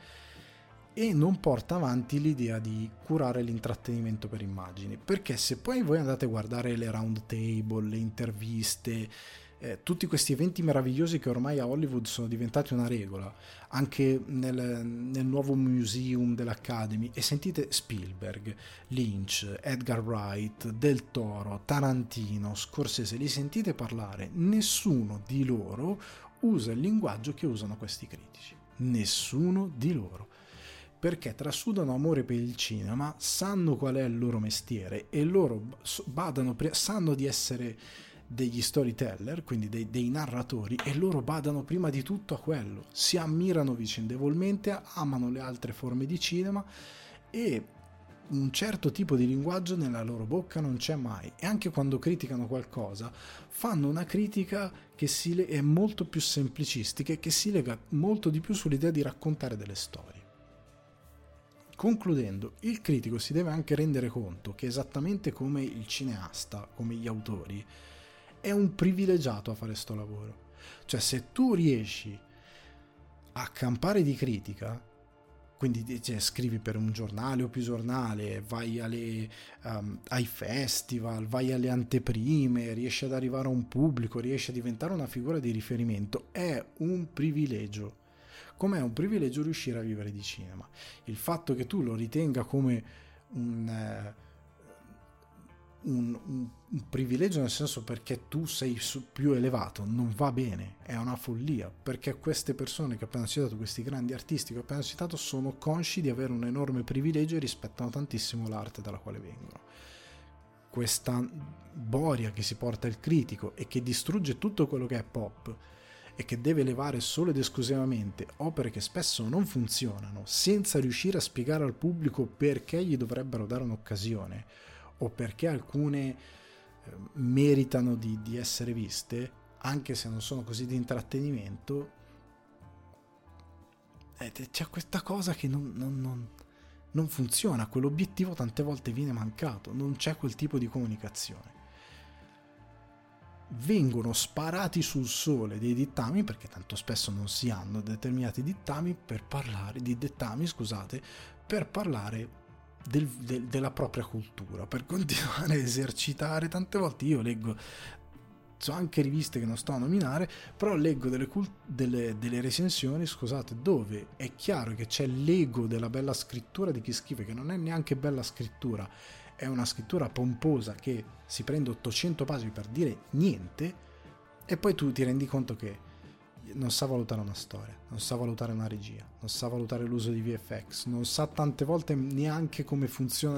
e non porta avanti l'idea di curare l'intrattenimento per immagini. Perché se poi voi andate a guardare le round table, le interviste, tutti questi eventi meravigliosi che ormai a Hollywood sono diventati una regola, anche nel nuovo museum dell'Academy, e sentite Spielberg, Lynch, Edgar Wright, Del Toro, Tarantino, Scorsese, li sentite parlare, nessuno di loro usa il linguaggio che usano questi critici, nessuno di loro, perché trasudano amore per il cinema, sanno qual è il loro mestiere e loro sanno di essere degli storyteller, quindi dei narratori, e loro badano prima di tutto a quello, si ammirano vicendevolmente, amano le altre forme di cinema, e un certo tipo di linguaggio nella loro bocca non c'è mai. E anche quando criticano qualcosa fanno una critica che è molto più semplicistica e che si lega molto di più sull'idea di raccontare delle storie. Concludendo, il critico si deve anche rendere conto che, esattamente come il cineasta, come gli autori, è un privilegiato a fare sto lavoro. Cioè, se tu riesci a campare di critica, quindi scrivi per un giornale o più giornale, vai ai festival, vai alle anteprime, riesci ad arrivare a un pubblico, riesci a diventare una figura di riferimento, è un privilegio. Com'è un privilegio riuscire a vivere di cinema. Il fatto che tu lo ritenga come un privilegio, nel senso perché tu sei più elevato, non va bene, è una follia, perché queste persone che ho appena citato, questi grandi artisti che ho appena citato, sono consci di avere un enorme privilegio e rispettano tantissimo l'arte dalla quale vengono. Questa boria che si porta il critico e che distrugge tutto quello che è pop e che deve levare solo ed esclusivamente opere che spesso non funzionano, senza riuscire a spiegare al pubblico perché gli dovrebbero dare un'occasione o perché alcune meritano di essere viste, anche se non sono così di intrattenimento, c'è questa cosa che non funziona, quell'obiettivo tante volte viene mancato, non c'è quel tipo di comunicazione. Vengono sparati sul sole dei dettami, perché tanto spesso non si hanno determinati dettami, per parlare della propria cultura, per continuare a esercitare. Tante volte io leggo, so anche riviste che non sto a nominare, però leggo delle recensioni, dove è chiaro che c'è l'ego della bella scrittura di chi scrive, che non è neanche bella scrittura, è una scrittura pomposa che si prende 800 pagine per dire niente, e poi tu ti rendi conto che non sa valutare una storia, non sa valutare una regia, non sa valutare l'uso di VFX, non sa tante volte neanche come funziona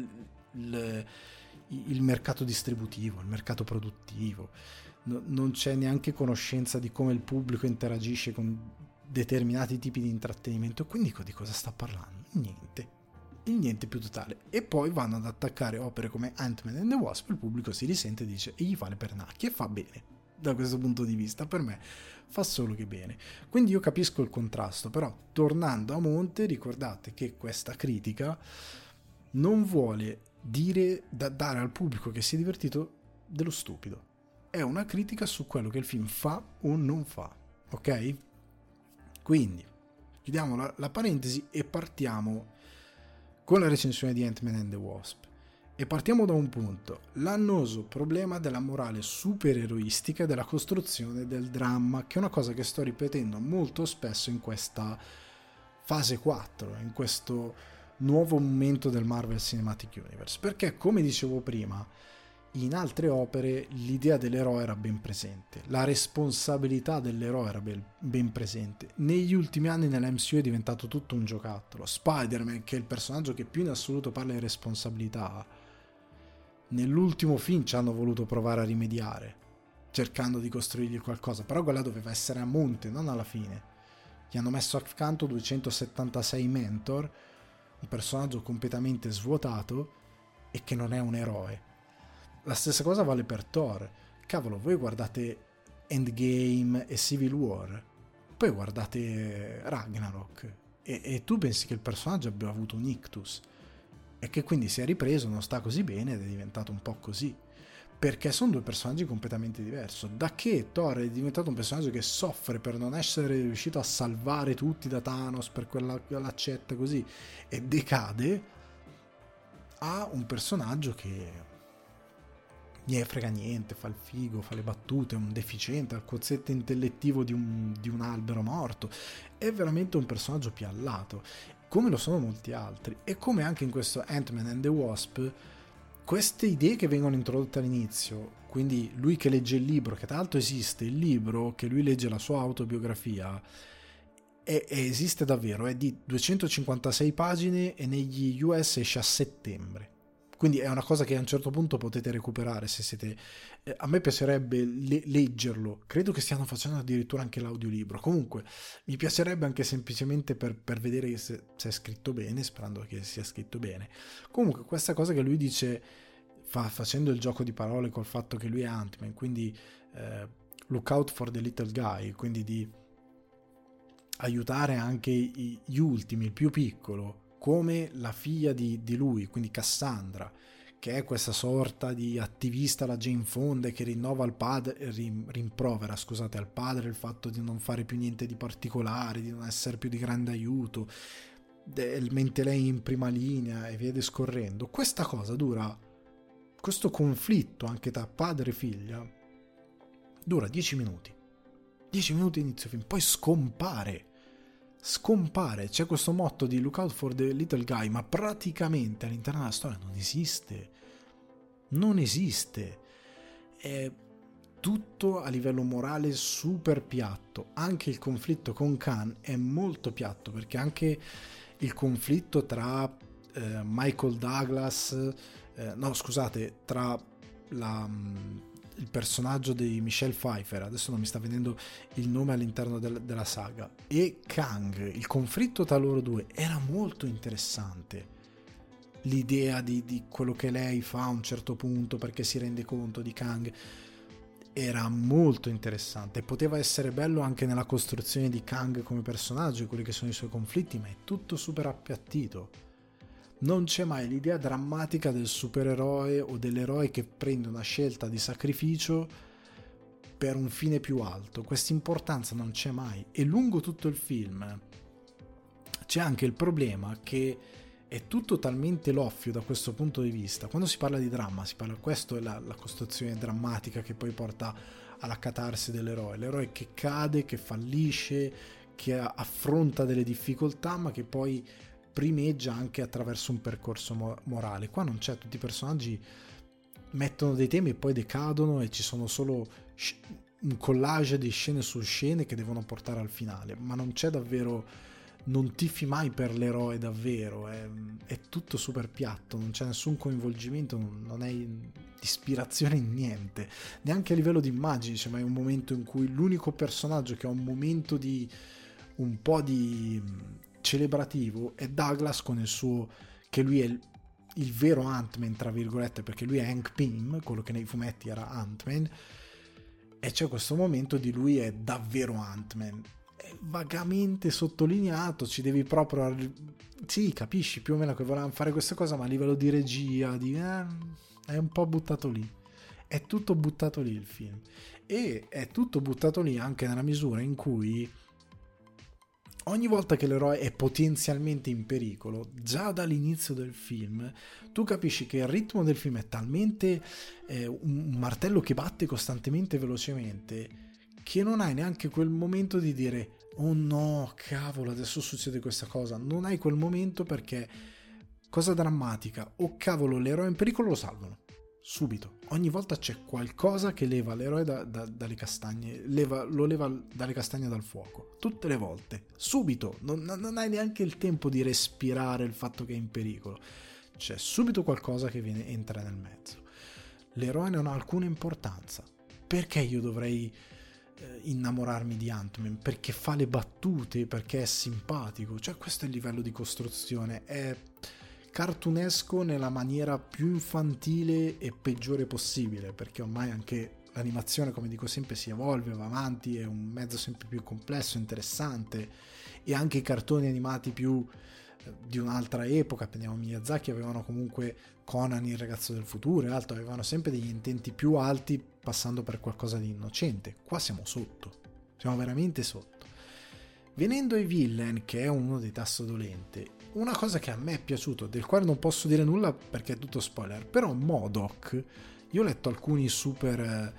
il mercato distributivo, il mercato produttivo, non c'è neanche conoscenza di come il pubblico interagisce con determinati tipi di intrattenimento, quindi di cosa sta parlando? Il niente più totale. E poi vanno ad attaccare opere come Ant-Man and the Wasp, il pubblico si risente e dice, e gli fa le pernacchie, e fa bene. Da questo punto di vista, per me fa solo che bene. Quindi io capisco il contrasto, però tornando a monte, ricordate che questa critica non vuole dare al pubblico che si è divertito dello stupido. È una critica su quello che il film fa o non fa, ok? Quindi chiudiamo la parentesi e partiamo con la recensione di Ant-Man and the Wasp. E partiamo da un punto: l'annoso problema della morale supereroistica e della costruzione del dramma, che è una cosa che sto ripetendo molto spesso in questa fase 4, in questo nuovo momento del Marvel Cinematic Universe, perché, come dicevo prima, in altre opere l'idea dell'eroe era ben presente, la responsabilità dell'eroe era ben presente. Negli ultimi anni nell'MCU è diventato tutto un giocattolo. Spider-Man, che è il personaggio che più in assoluto parla di responsabilità, nell'ultimo film ci hanno voluto provare a rimediare, cercando di costruirgli qualcosa, però quella doveva essere a monte, non alla fine. Gli hanno messo accanto 276 mentor, un personaggio completamente svuotato e che non è un eroe. La stessa cosa vale per Thor. Cavolo, voi guardate Endgame e Civil War, poi guardate Ragnarok e tu pensi che il personaggio abbia avuto un ictus e che quindi si è ripreso, non sta così bene ed è diventato un po' così, perché sono due personaggi completamente diversi. Da che Thor è diventato un personaggio che soffre per non essere riuscito a salvare tutti da Thanos per quella l'accetta così e decade, a un personaggio che ne frega niente, fa il figo, fa le battute, è un deficiente, ha il quoziente intellettivo di un albero morto. È veramente un personaggio piallato, come lo sono molti altri. E come anche in questo Ant-Man and the Wasp, queste idee che vengono introdotte all'inizio, quindi lui che legge il libro, che tra l'altro esiste il libro, che lui legge la sua autobiografia, esiste davvero, è di 256 pagine e negli US esce a settembre. Quindi è una cosa che a un certo punto potete recuperare se siete... a me piacerebbe leggerlo, credo che stiano facendo addirittura anche l'audiolibro. Comunque mi piacerebbe anche semplicemente per vedere se è scritto bene, sperando che sia scritto bene. Comunque questa cosa che lui dice, facendo il gioco di parole col fatto che lui è Ant-Man, quindi look out for the little guy, quindi di aiutare anche gli ultimi, il più piccolo, come la figlia di lui, quindi Cassandra, che è questa sorta di attivista alla Jane Fonda che rimprovera al padre il fatto di non fare più niente di particolare, di non essere più di grande aiuto, mentre lei è in prima linea e via discorrendo. Questa cosa questo conflitto anche tra padre e figlia dura 10 minuti. 10 minuti inizio film, poi scompare, c'è questo motto di look out for the little guy, ma praticamente all'interno della storia non esiste, è tutto a livello morale super piatto. Anche il conflitto con Khan è molto piatto, perché anche il conflitto tra Michael Douglas tra il personaggio di Michelle Pfeiffer, adesso non mi sta venendo il nome all'interno della saga, e Kang, il conflitto tra loro due era molto interessante. L'idea di quello che lei fa a un certo punto perché si rende conto di Kang era molto interessante. Poteva essere bello anche nella costruzione di Kang come personaggio e quelli che sono i suoi conflitti, ma è tutto super appiattito. Non c'è mai l'idea drammatica del supereroe o dell'eroe che prende una scelta di sacrificio per un fine più alto. Questa importanza non c'è mai, e lungo tutto il film c'è anche il problema che è tutto talmente loffio da questo punto di vista. Quando si parla di dramma, questo è la costruzione drammatica che poi porta alla catarsi dell'eroe. L'eroe che cade, che fallisce, che affronta delle difficoltà, ma che poi primeggia anche attraverso un percorso morale. Qua non c'è, tutti i personaggi mettono dei temi e poi decadono, e ci sono solo un collage di scene su scene che devono portare al finale, ma non c'è davvero, non tifi mai per l'eroe davvero, è tutto super piatto, non c'è nessun coinvolgimento, non hai ispirazione in niente, neanche a livello di immagini. C'è mai un momento in cui l'unico personaggio che ha un momento di un po' di celebrativo è Douglas con il suo, che lui è il vero Ant-Man tra virgolette, perché lui è Hank Pym, quello che nei fumetti era Ant-Man, e c'è questo momento di lui è davvero Ant-Man, è vagamente sottolineato, ci devi proprio sì, capisci più o meno che volevano fare questa cosa, ma a livello di regia è un po' buttato lì, è tutto buttato lì il film, e è tutto buttato lì anche nella misura in cui ogni volta che l'eroe è potenzialmente in pericolo, già dall'inizio del film, tu capisci che il ritmo del film è talmente un martello che batte costantemente velocemente, che non hai neanche quel momento di dire oh no, cavolo, adesso succede questa cosa. Non hai quel momento, perché cosa drammatica, oh cavolo, l'eroe è in pericolo, lo salvano subito. Ogni volta c'è qualcosa che leva l'eroe dalle castagne, lo leva dalle castagne dal fuoco, tutte le volte, subito. Non hai neanche il tempo di respirare il fatto che è in pericolo, c'è subito qualcosa che entra nel mezzo. L'eroe non ha alcuna importanza. Perché io dovrei innamorarmi di Ant-Man? Perché fa le battute, perché è simpatico, cioè questo è il livello di costruzione, è cartunesco nella maniera più infantile e peggiore possibile, perché ormai anche l'animazione, come dico sempre, si evolve, va avanti, è un mezzo sempre più complesso, interessante, e anche i cartoni animati più di un'altra epoca, prendiamo Miyazaki, avevano comunque Conan il ragazzo del futuro e altro, avevano sempre degli intenti più alti, passando per qualcosa di innocente. Qua siamo sotto, siamo veramente sotto. Venendo ai villain, che è uno dei tasto dolente, una cosa che a me è piaciuto, del quale non posso dire nulla perché è tutto spoiler, però MODOK, io ho letto alcuni super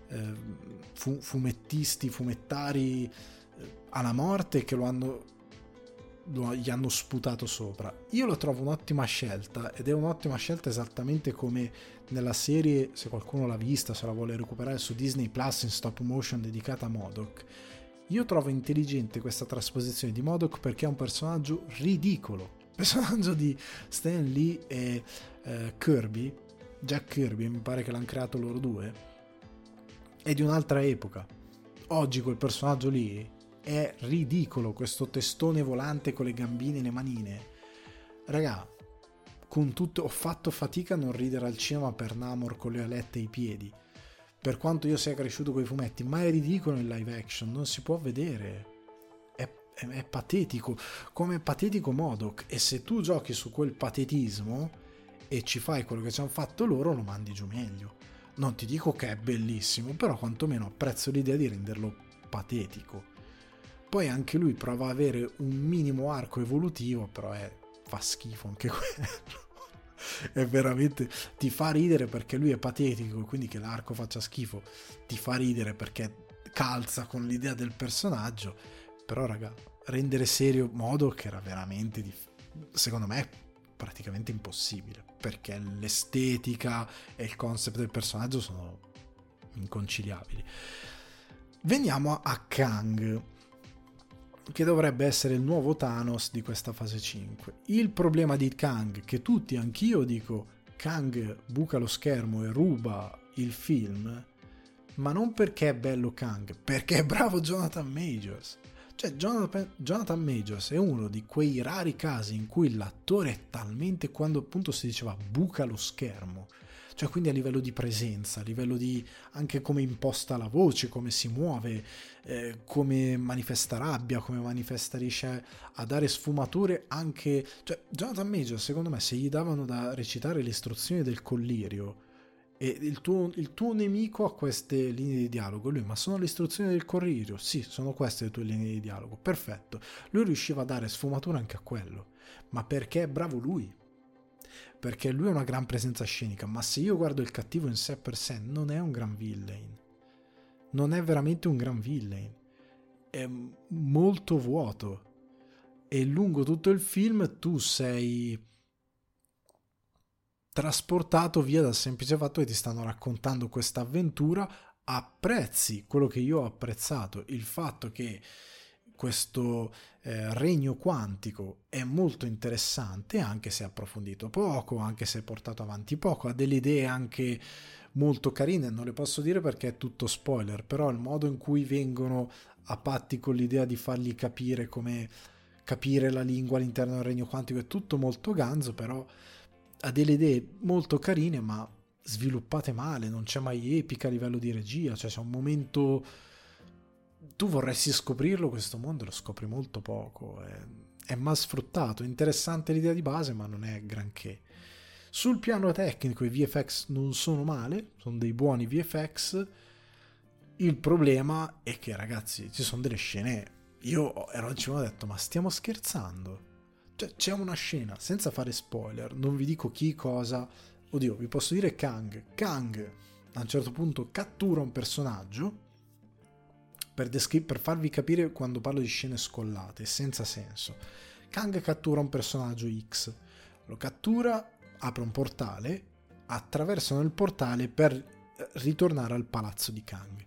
fumettari alla morte che gli hanno sputato sopra. Io lo trovo un'ottima scelta, ed è un'ottima scelta esattamente come nella serie, se qualcuno l'ha vista, se la vuole recuperare su Disney Plus in stop motion dedicata a MODOK. Io trovo intelligente questa trasposizione di MODOK perché è un personaggio ridicolo. Il personaggio di Stan Lee e Jack Kirby, mi pare che l'hanno creato loro due, è di un'altra epoca. Oggi quel personaggio lì è ridicolo, questo testone volante con le gambine e le manine. Raga, con tutto, ho fatto fatica a non ridere al cinema per Namor con le alette ai piedi, per quanto io sia cresciuto con i fumetti, ma è ridicolo in live action, non si può vedere, è patetico, come è patetico MODOK, e se tu giochi su quel patetismo e ci fai quello che ci hanno fatto loro, lo mandi giù meglio. Non ti dico che è bellissimo, però quantomeno apprezzo l'idea di renderlo patetico. Poi anche lui prova a avere un minimo arco evolutivo, però fa schifo anche quello. È veramente, ti fa ridere perché lui è patetico, quindi che l'arco faccia schifo ti fa ridere perché calza con l'idea del personaggio. Però raga, rendere serio MODOK era veramente secondo me praticamente impossibile, perché l'estetica e il concept del personaggio sono inconciliabili. Veniamo a Kang, che dovrebbe essere il nuovo Thanos di questa fase 5. Il problema di Kang, che tutti, anch'io dico, Kang buca lo schermo e ruba il film, ma non perché è bello Kang, perché è bravo Jonathan Majors. Cioè Jonathan Majors è uno di quei rari casi in cui l'attore è talmente, quando appunto si diceva buca lo schermo, cioè quindi a livello di presenza, a livello di anche come imposta la voce, come si muove, come manifesta rabbia, come manifesta, riesce a dare sfumature anche, cioè Jonathan Majors secondo me, se gli davano da recitare le istruzioni del collirio e il tuo nemico ha queste linee di dialogo, lui, ma sono le istruzioni del collirio? Sì, sono queste le tue linee di dialogo, perfetto. Lui riusciva a dare sfumatura anche a quello, ma perché è bravo lui, perché lui ha una gran presenza scenica. Ma se io guardo il cattivo in sé per sé, non è un gran villain, non è veramente un gran villain, è molto vuoto, e lungo tutto il film tu sei trasportato via dal semplice fatto che ti stanno raccontando questa avventura. Apprezzi quello che io ho apprezzato, il fatto che questo regno quantico è molto interessante, anche se approfondito poco, anche se portato avanti poco, ha delle idee anche molto carine, non le posso dire perché è tutto spoiler, però il modo in cui vengono a patti con l'idea di fargli capire come capire la lingua all'interno del regno quantico è tutto molto ganzo, però ha delle idee molto carine ma sviluppate male, non c'è mai epica a livello di regia, cioè c'è un momento, tu vorresti scoprirlo questo mondo, lo scopri molto poco, è mal sfruttato, interessante l'idea di base ma non è granché. Sul piano tecnico i VFX non sono male, sono dei buoni VFX, il problema è che ragazzi ci sono delle scene, io ero al cinema e ho detto ma stiamo scherzando? Cioè, c'è una scena, senza fare spoiler, non vi dico chi, cosa, oddio, vi posso dire Kang a un certo punto cattura un personaggio per farvi capire quando parlo di scene scollate, senza senso. Kang cattura un personaggio X, lo cattura, apre un portale, attraversano il portale per ritornare al palazzo di Kang.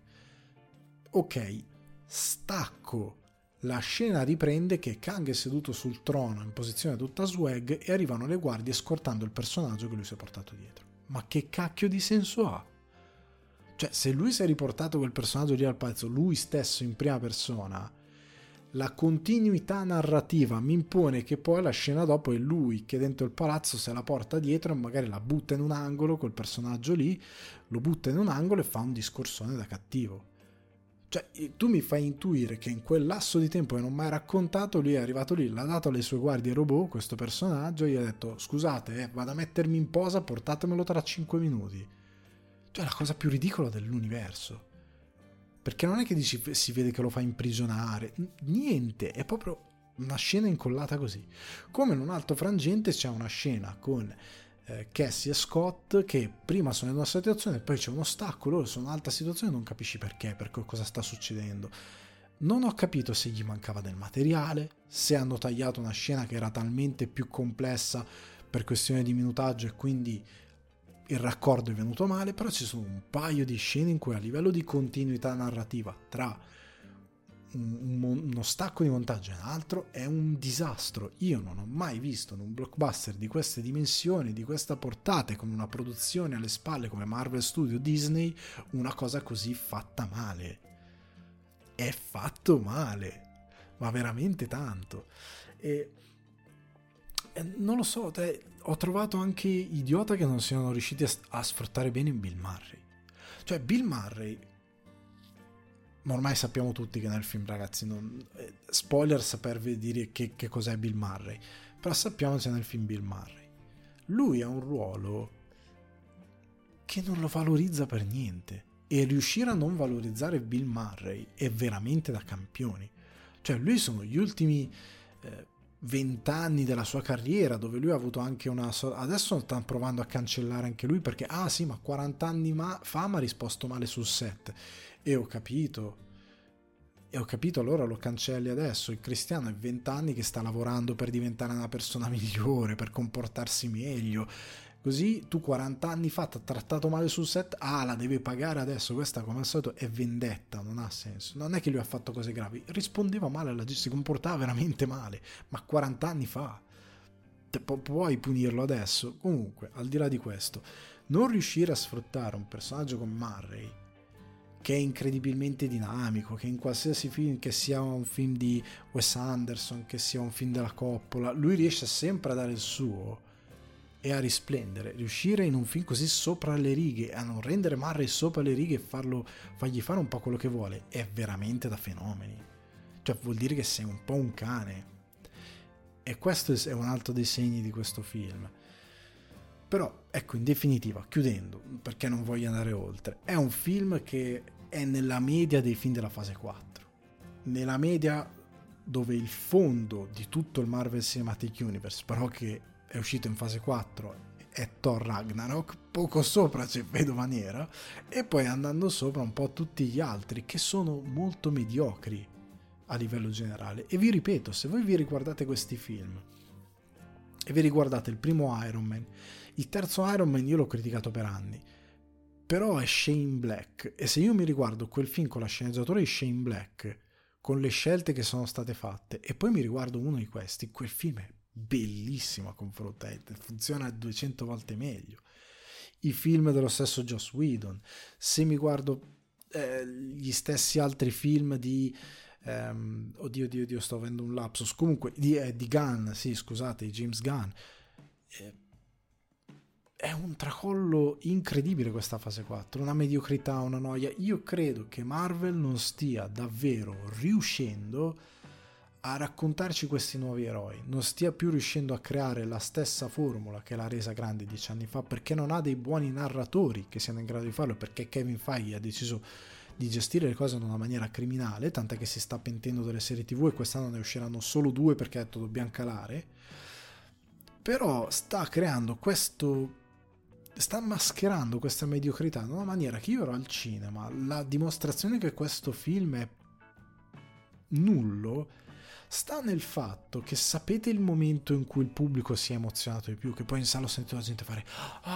Ok, stacco. La scena riprende che Kang è seduto sul trono in posizione tutta swag e arrivano le guardie scortando il personaggio che lui si è portato dietro. Ma che cacchio di senso ha? Cioè, se lui si è riportato quel personaggio lì al palazzo, lui stesso in prima persona, la continuità narrativa mi impone che poi la scena dopo è lui che dentro il palazzo se la porta dietro e magari la butta in un angolo, quel personaggio lì, lo butta in un angolo e fa un discorsone da cattivo. Cioè, tu mi fai intuire che in quel lasso di tempo che non mi hai raccontato, lui è arrivato lì, l'ha dato alle sue guardie robot, questo personaggio, e gli ha detto, scusate, vado a mettermi in posa, portatemelo tra 5 minuti. Cioè, è la cosa più ridicola dell'universo. Perché non è che dici, si vede che lo fa imprigionare, niente, è proprio una scena incollata così. Come in un altro frangente c'è una scena con Cassie e Scott che prima sono in una situazione, poi c'è uno stacco, loro sono in un'altra situazione, non capisci perché cosa sta succedendo. Non ho capito se gli mancava del materiale, se hanno tagliato una scena che era talmente più complessa per questione di minutaggio e quindi il raccordo è venuto male, però ci sono un paio di scene in cui a livello di continuità narrativa tra uno stacco di montaggio e un altro è un disastro. Io non ho mai visto in un blockbuster di queste dimensioni, di questa portata e con una produzione alle spalle come Marvel Studio Disney una cosa così fatta male. È fatto male, ma veramente tanto. E non lo so, ho trovato anche idiota che non siano riusciti a sfruttare bene Bill Murray. Cioè Bill Murray, ma ormai sappiamo tutti che nel film, ragazzi, spoiler sapervi dire che cos'è Bill Murray, però sappiamo c'è nel film Bill Murray. Lui ha un ruolo che non lo valorizza per niente, e riuscire a non valorizzare Bill Murray è veramente da campioni. Cioè lui sono gli ultimi 20 anni della sua carriera, dove lui ha avuto anche adesso stanno provando a cancellare anche lui perché sì, ma 40 anni fa mi ha risposto male sul set. E ho capito, allora lo cancelli adesso. Il Cristiano è 20 anni che sta lavorando per diventare una persona migliore, per comportarsi meglio. Così tu 40 anni fa ti ha trattato male sul set, la deve pagare adesso. Questa, come al solito, è vendetta, non ha senso. Non è che lui ha fatto cose gravi, rispondeva male alla gente, si comportava veramente male, ma 40 anni fa. Puoi punirlo adesso? Comunque, al di là di questo, non riuscire a sfruttare un personaggio come Murray che è incredibilmente dinamico, che in qualsiasi film, che sia un film di Wes Anderson, che sia un film della Coppola, lui riesce sempre a dare il suo e a risplendere. Riuscire in un film così sopra le righe, a non rendere Murray sopra le righe e fargli fare un po' quello che vuole, è veramente da fenomeni. Cioè vuol dire che sei un po' un cane. E questo è un altro dei segni di questo film. Però, ecco, in definitiva, chiudendo, perché non voglio andare oltre, è un film che è nella media dei film della fase 4. Nella media dove il fondo di tutto il Marvel Cinematic Universe, però che è uscito in fase 4, è Thor Ragnarok, poco sopra c'è Vedova Nera, e poi andando sopra un po' tutti gli altri, che sono molto mediocri a livello generale. E vi ripeto, se voi vi riguardate questi film e vi riguardate il primo Iron Man, il terzo Iron Man io l'ho criticato per anni, però è Shane Black, e se io mi riguardo quel film con la sceneggiatura di Shane Black, con le scelte che sono state fatte, e poi mi riguardo uno di questi, quel film è bellissimo a confronto, funziona 200 volte meglio. I film dello stesso Joss Whedon, se mi guardo gli stessi altri film di oddio, sto avendo un lapsus, comunque di Gunn, sì, scusate, di James Gunn, è un tracollo incredibile questa fase 4, una mediocrità, una noia. Io credo che Marvel non stia davvero riuscendo a raccontarci questi nuovi eroi, non stia più riuscendo a creare la stessa formula che l'ha resa grande 10 anni fa, perché non ha dei buoni narratori che siano in grado di farlo, perché Kevin Feige ha deciso di gestire le cose in una maniera criminale, tant'è che si sta pentendo delle serie TV e quest'anno ne usciranno solo 2 perché ha detto dobbiamo calare. Però sta mascherando questa mediocrità in una maniera che io ero al cinema, la dimostrazione che questo film è nullo sta nel fatto che sapete il momento in cui il pubblico si è emozionato di più, che poi in sala ho sentito la gente fare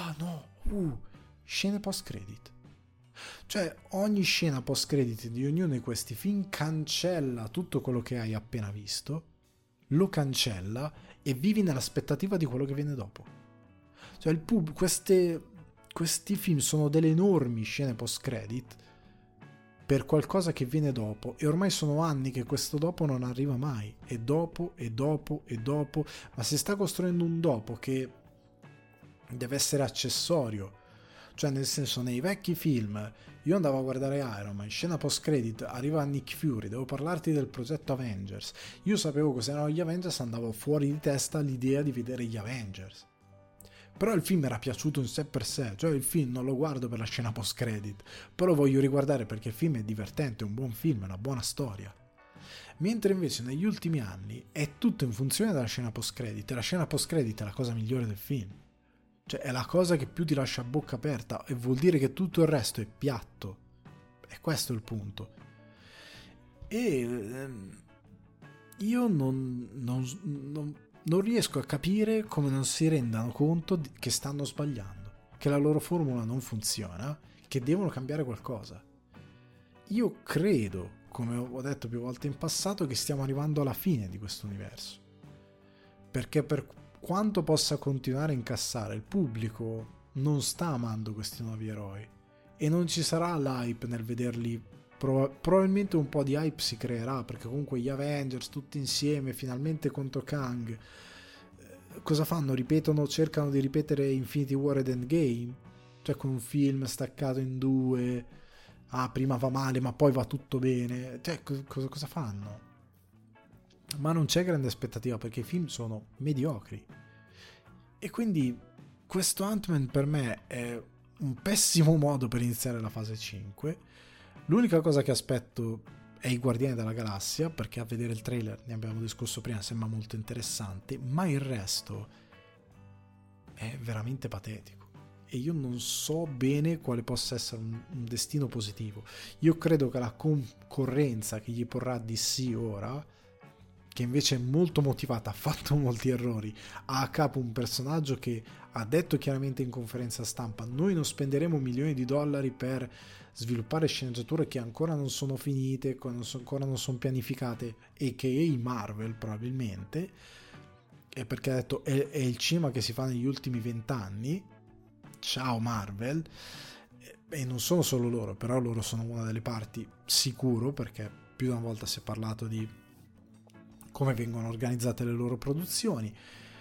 scene post credit. Cioè ogni scena post credit di ognuno di questi film cancella tutto quello che hai appena visto, lo cancella e vivi nell'aspettativa di quello che viene dopo. Cioè questi film sono delle enormi scene post credit per qualcosa che viene dopo, e ormai sono anni che questo dopo non arriva mai, e dopo, ma si sta costruendo un dopo che deve essere accessorio. Cioè nel senso, nei vecchi film io andavo a guardare Iron Man, scena post credit, arriva Nick Fury, devo parlarti del progetto Avengers, io sapevo cos'erano gli Avengers, andavo fuori di testa l'idea di vedere gli Avengers, però il film era piaciuto in sé per sé, cioè il film non lo guardo per la scena post credit, però lo voglio riguardare perché il film è divertente, è un buon film, è una buona storia. Mentre invece negli ultimi anni è tutto in funzione della scena post credit, e la scena post credit è la cosa migliore del film. Cioè è la cosa che più ti lascia a bocca aperta, e vuol dire che tutto il resto è piatto. E questo è il punto. E io non riesco a capire come non si rendano conto che stanno sbagliando, che la loro formula non funziona, che devono cambiare qualcosa. Io credo, come ho detto più volte in passato, che stiamo arrivando alla fine di questo universo. Perché per quanto possa continuare a incassare, il pubblico non sta amando questi nuovi eroi, e non ci sarà l'hype nel vederli. Probabilmente un po' di hype si creerà, perché comunque gli Avengers tutti insieme finalmente contro Kang, cosa fanno? Cercano di ripetere Infinity War ed Endgame, cioè con un film staccato in due, prima va male ma poi va tutto bene, cioè cosa fanno? Ma non c'è grande aspettativa perché i film sono mediocri, e quindi questo Ant-Man per me è un pessimo modo per iniziare la fase 5. L'unica cosa che aspetto è i Guardiani della Galassia, perché a vedere il trailer, ne abbiamo discusso prima, sembra molto interessante, ma il resto è veramente patetico e io non so bene quale possa essere un destino positivo. Io credo che la concorrenza che gli porrà DC ora, che invece è molto motivata, ha fatto molti errori, ha a capo un personaggio che ha detto chiaramente in conferenza stampa: noi non spenderemo milioni di dollari per sviluppare sceneggiature che ancora non sono finite, ancora non sono pianificate, e che i Marvel probabilmente, è perché ha detto è il cinema che si fa negli ultimi 20 anni, ciao Marvel. e non sono solo loro, però loro sono una delle parti sicuro, perché più di una volta si è parlato di come vengono organizzate le loro produzioni.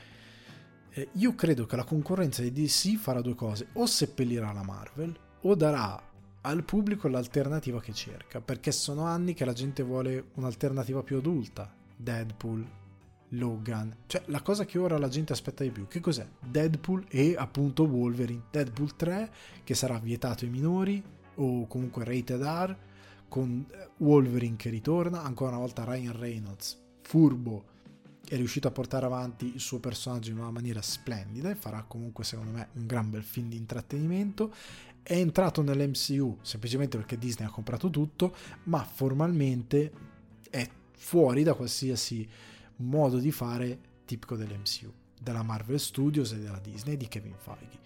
Io credo che la concorrenza di DC farà due cose: o seppellirà la Marvel o darà al pubblico l'alternativa che cerca, perché sono anni che la gente vuole un'alternativa più adulta. Deadpool, Logan, cioè la cosa che ora la gente aspetta di più, che cos'è? Deadpool e appunto Wolverine. Deadpool 3 che sarà vietato ai minori o comunque rated R, con Wolverine che ritorna, ancora una volta Ryan Reynolds, furbo, è riuscito a portare avanti il suo personaggio in una maniera splendida e farà comunque secondo me un gran bel film di intrattenimento. È entrato nell'MCU semplicemente perché Disney ha comprato tutto, ma formalmente è fuori da qualsiasi modo di fare tipico dell'MCU, della Marvel Studios e della Disney di Kevin Feige.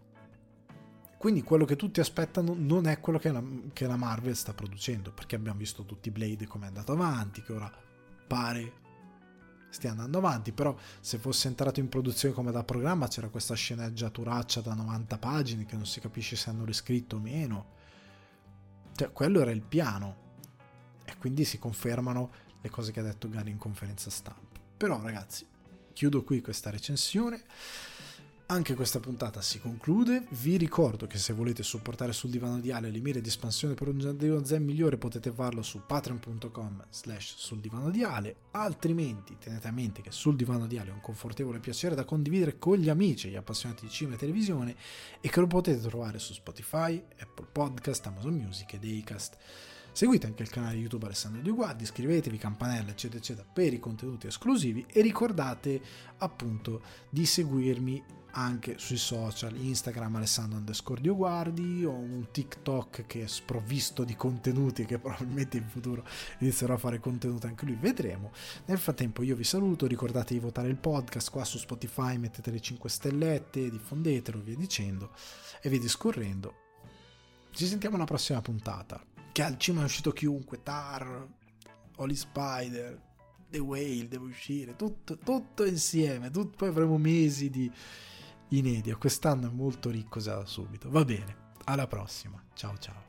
Quindi quello che tutti aspettano non è quello che la Marvel sta producendo, perché abbiamo visto tutti Blade come è andato avanti, che ora pare stia andando avanti, però se fosse entrato in produzione come da programma c'era questa sceneggiaturaccia da 90 pagine che non si capisce se hanno riscritto o meno, cioè quello era il piano, e quindi si confermano le cose che ha detto Gary in conferenza stampa. Però ragazzi, chiudo qui questa recensione. Anche questa puntata si conclude. Vi ricordo che se volete supportare Sul Divano di Ale le mire di espansione per un giardino zen migliore potete farlo su patreon.com/Sul Divano di Ale. Altrimenti tenete a mente che Sul Divano di Ale è un confortevole piacere da condividere con gli amici e gli appassionati di cinema e televisione, e che lo potete trovare su Spotify, Apple Podcast, Amazon Music e Acast. Seguite anche il canale YouTube Alessandro Due Guardi, iscrivetevi, campanella eccetera eccetera per i contenuti esclusivi, e ricordate appunto di seguirmi anche sui social, Instagram Alessandro_Dioguardi, ho un TikTok che è sprovvisto di contenuti, che probabilmente in futuro inizierò a fare contenuti anche lui, vedremo. Nel frattempo io vi saluto, ricordate di votare il podcast qua su Spotify, mettete le 5 stellette, diffondetelo, via dicendo, e via discorrendo. Ci sentiamo alla prossima puntata, che al cinema è uscito chiunque, Tar, Holy Spider, The Whale deve uscire, tutto insieme, poi avremo mesi di inedito. Quest'anno è molto ricco già da subito. Va bene, alla prossima, ciao ciao.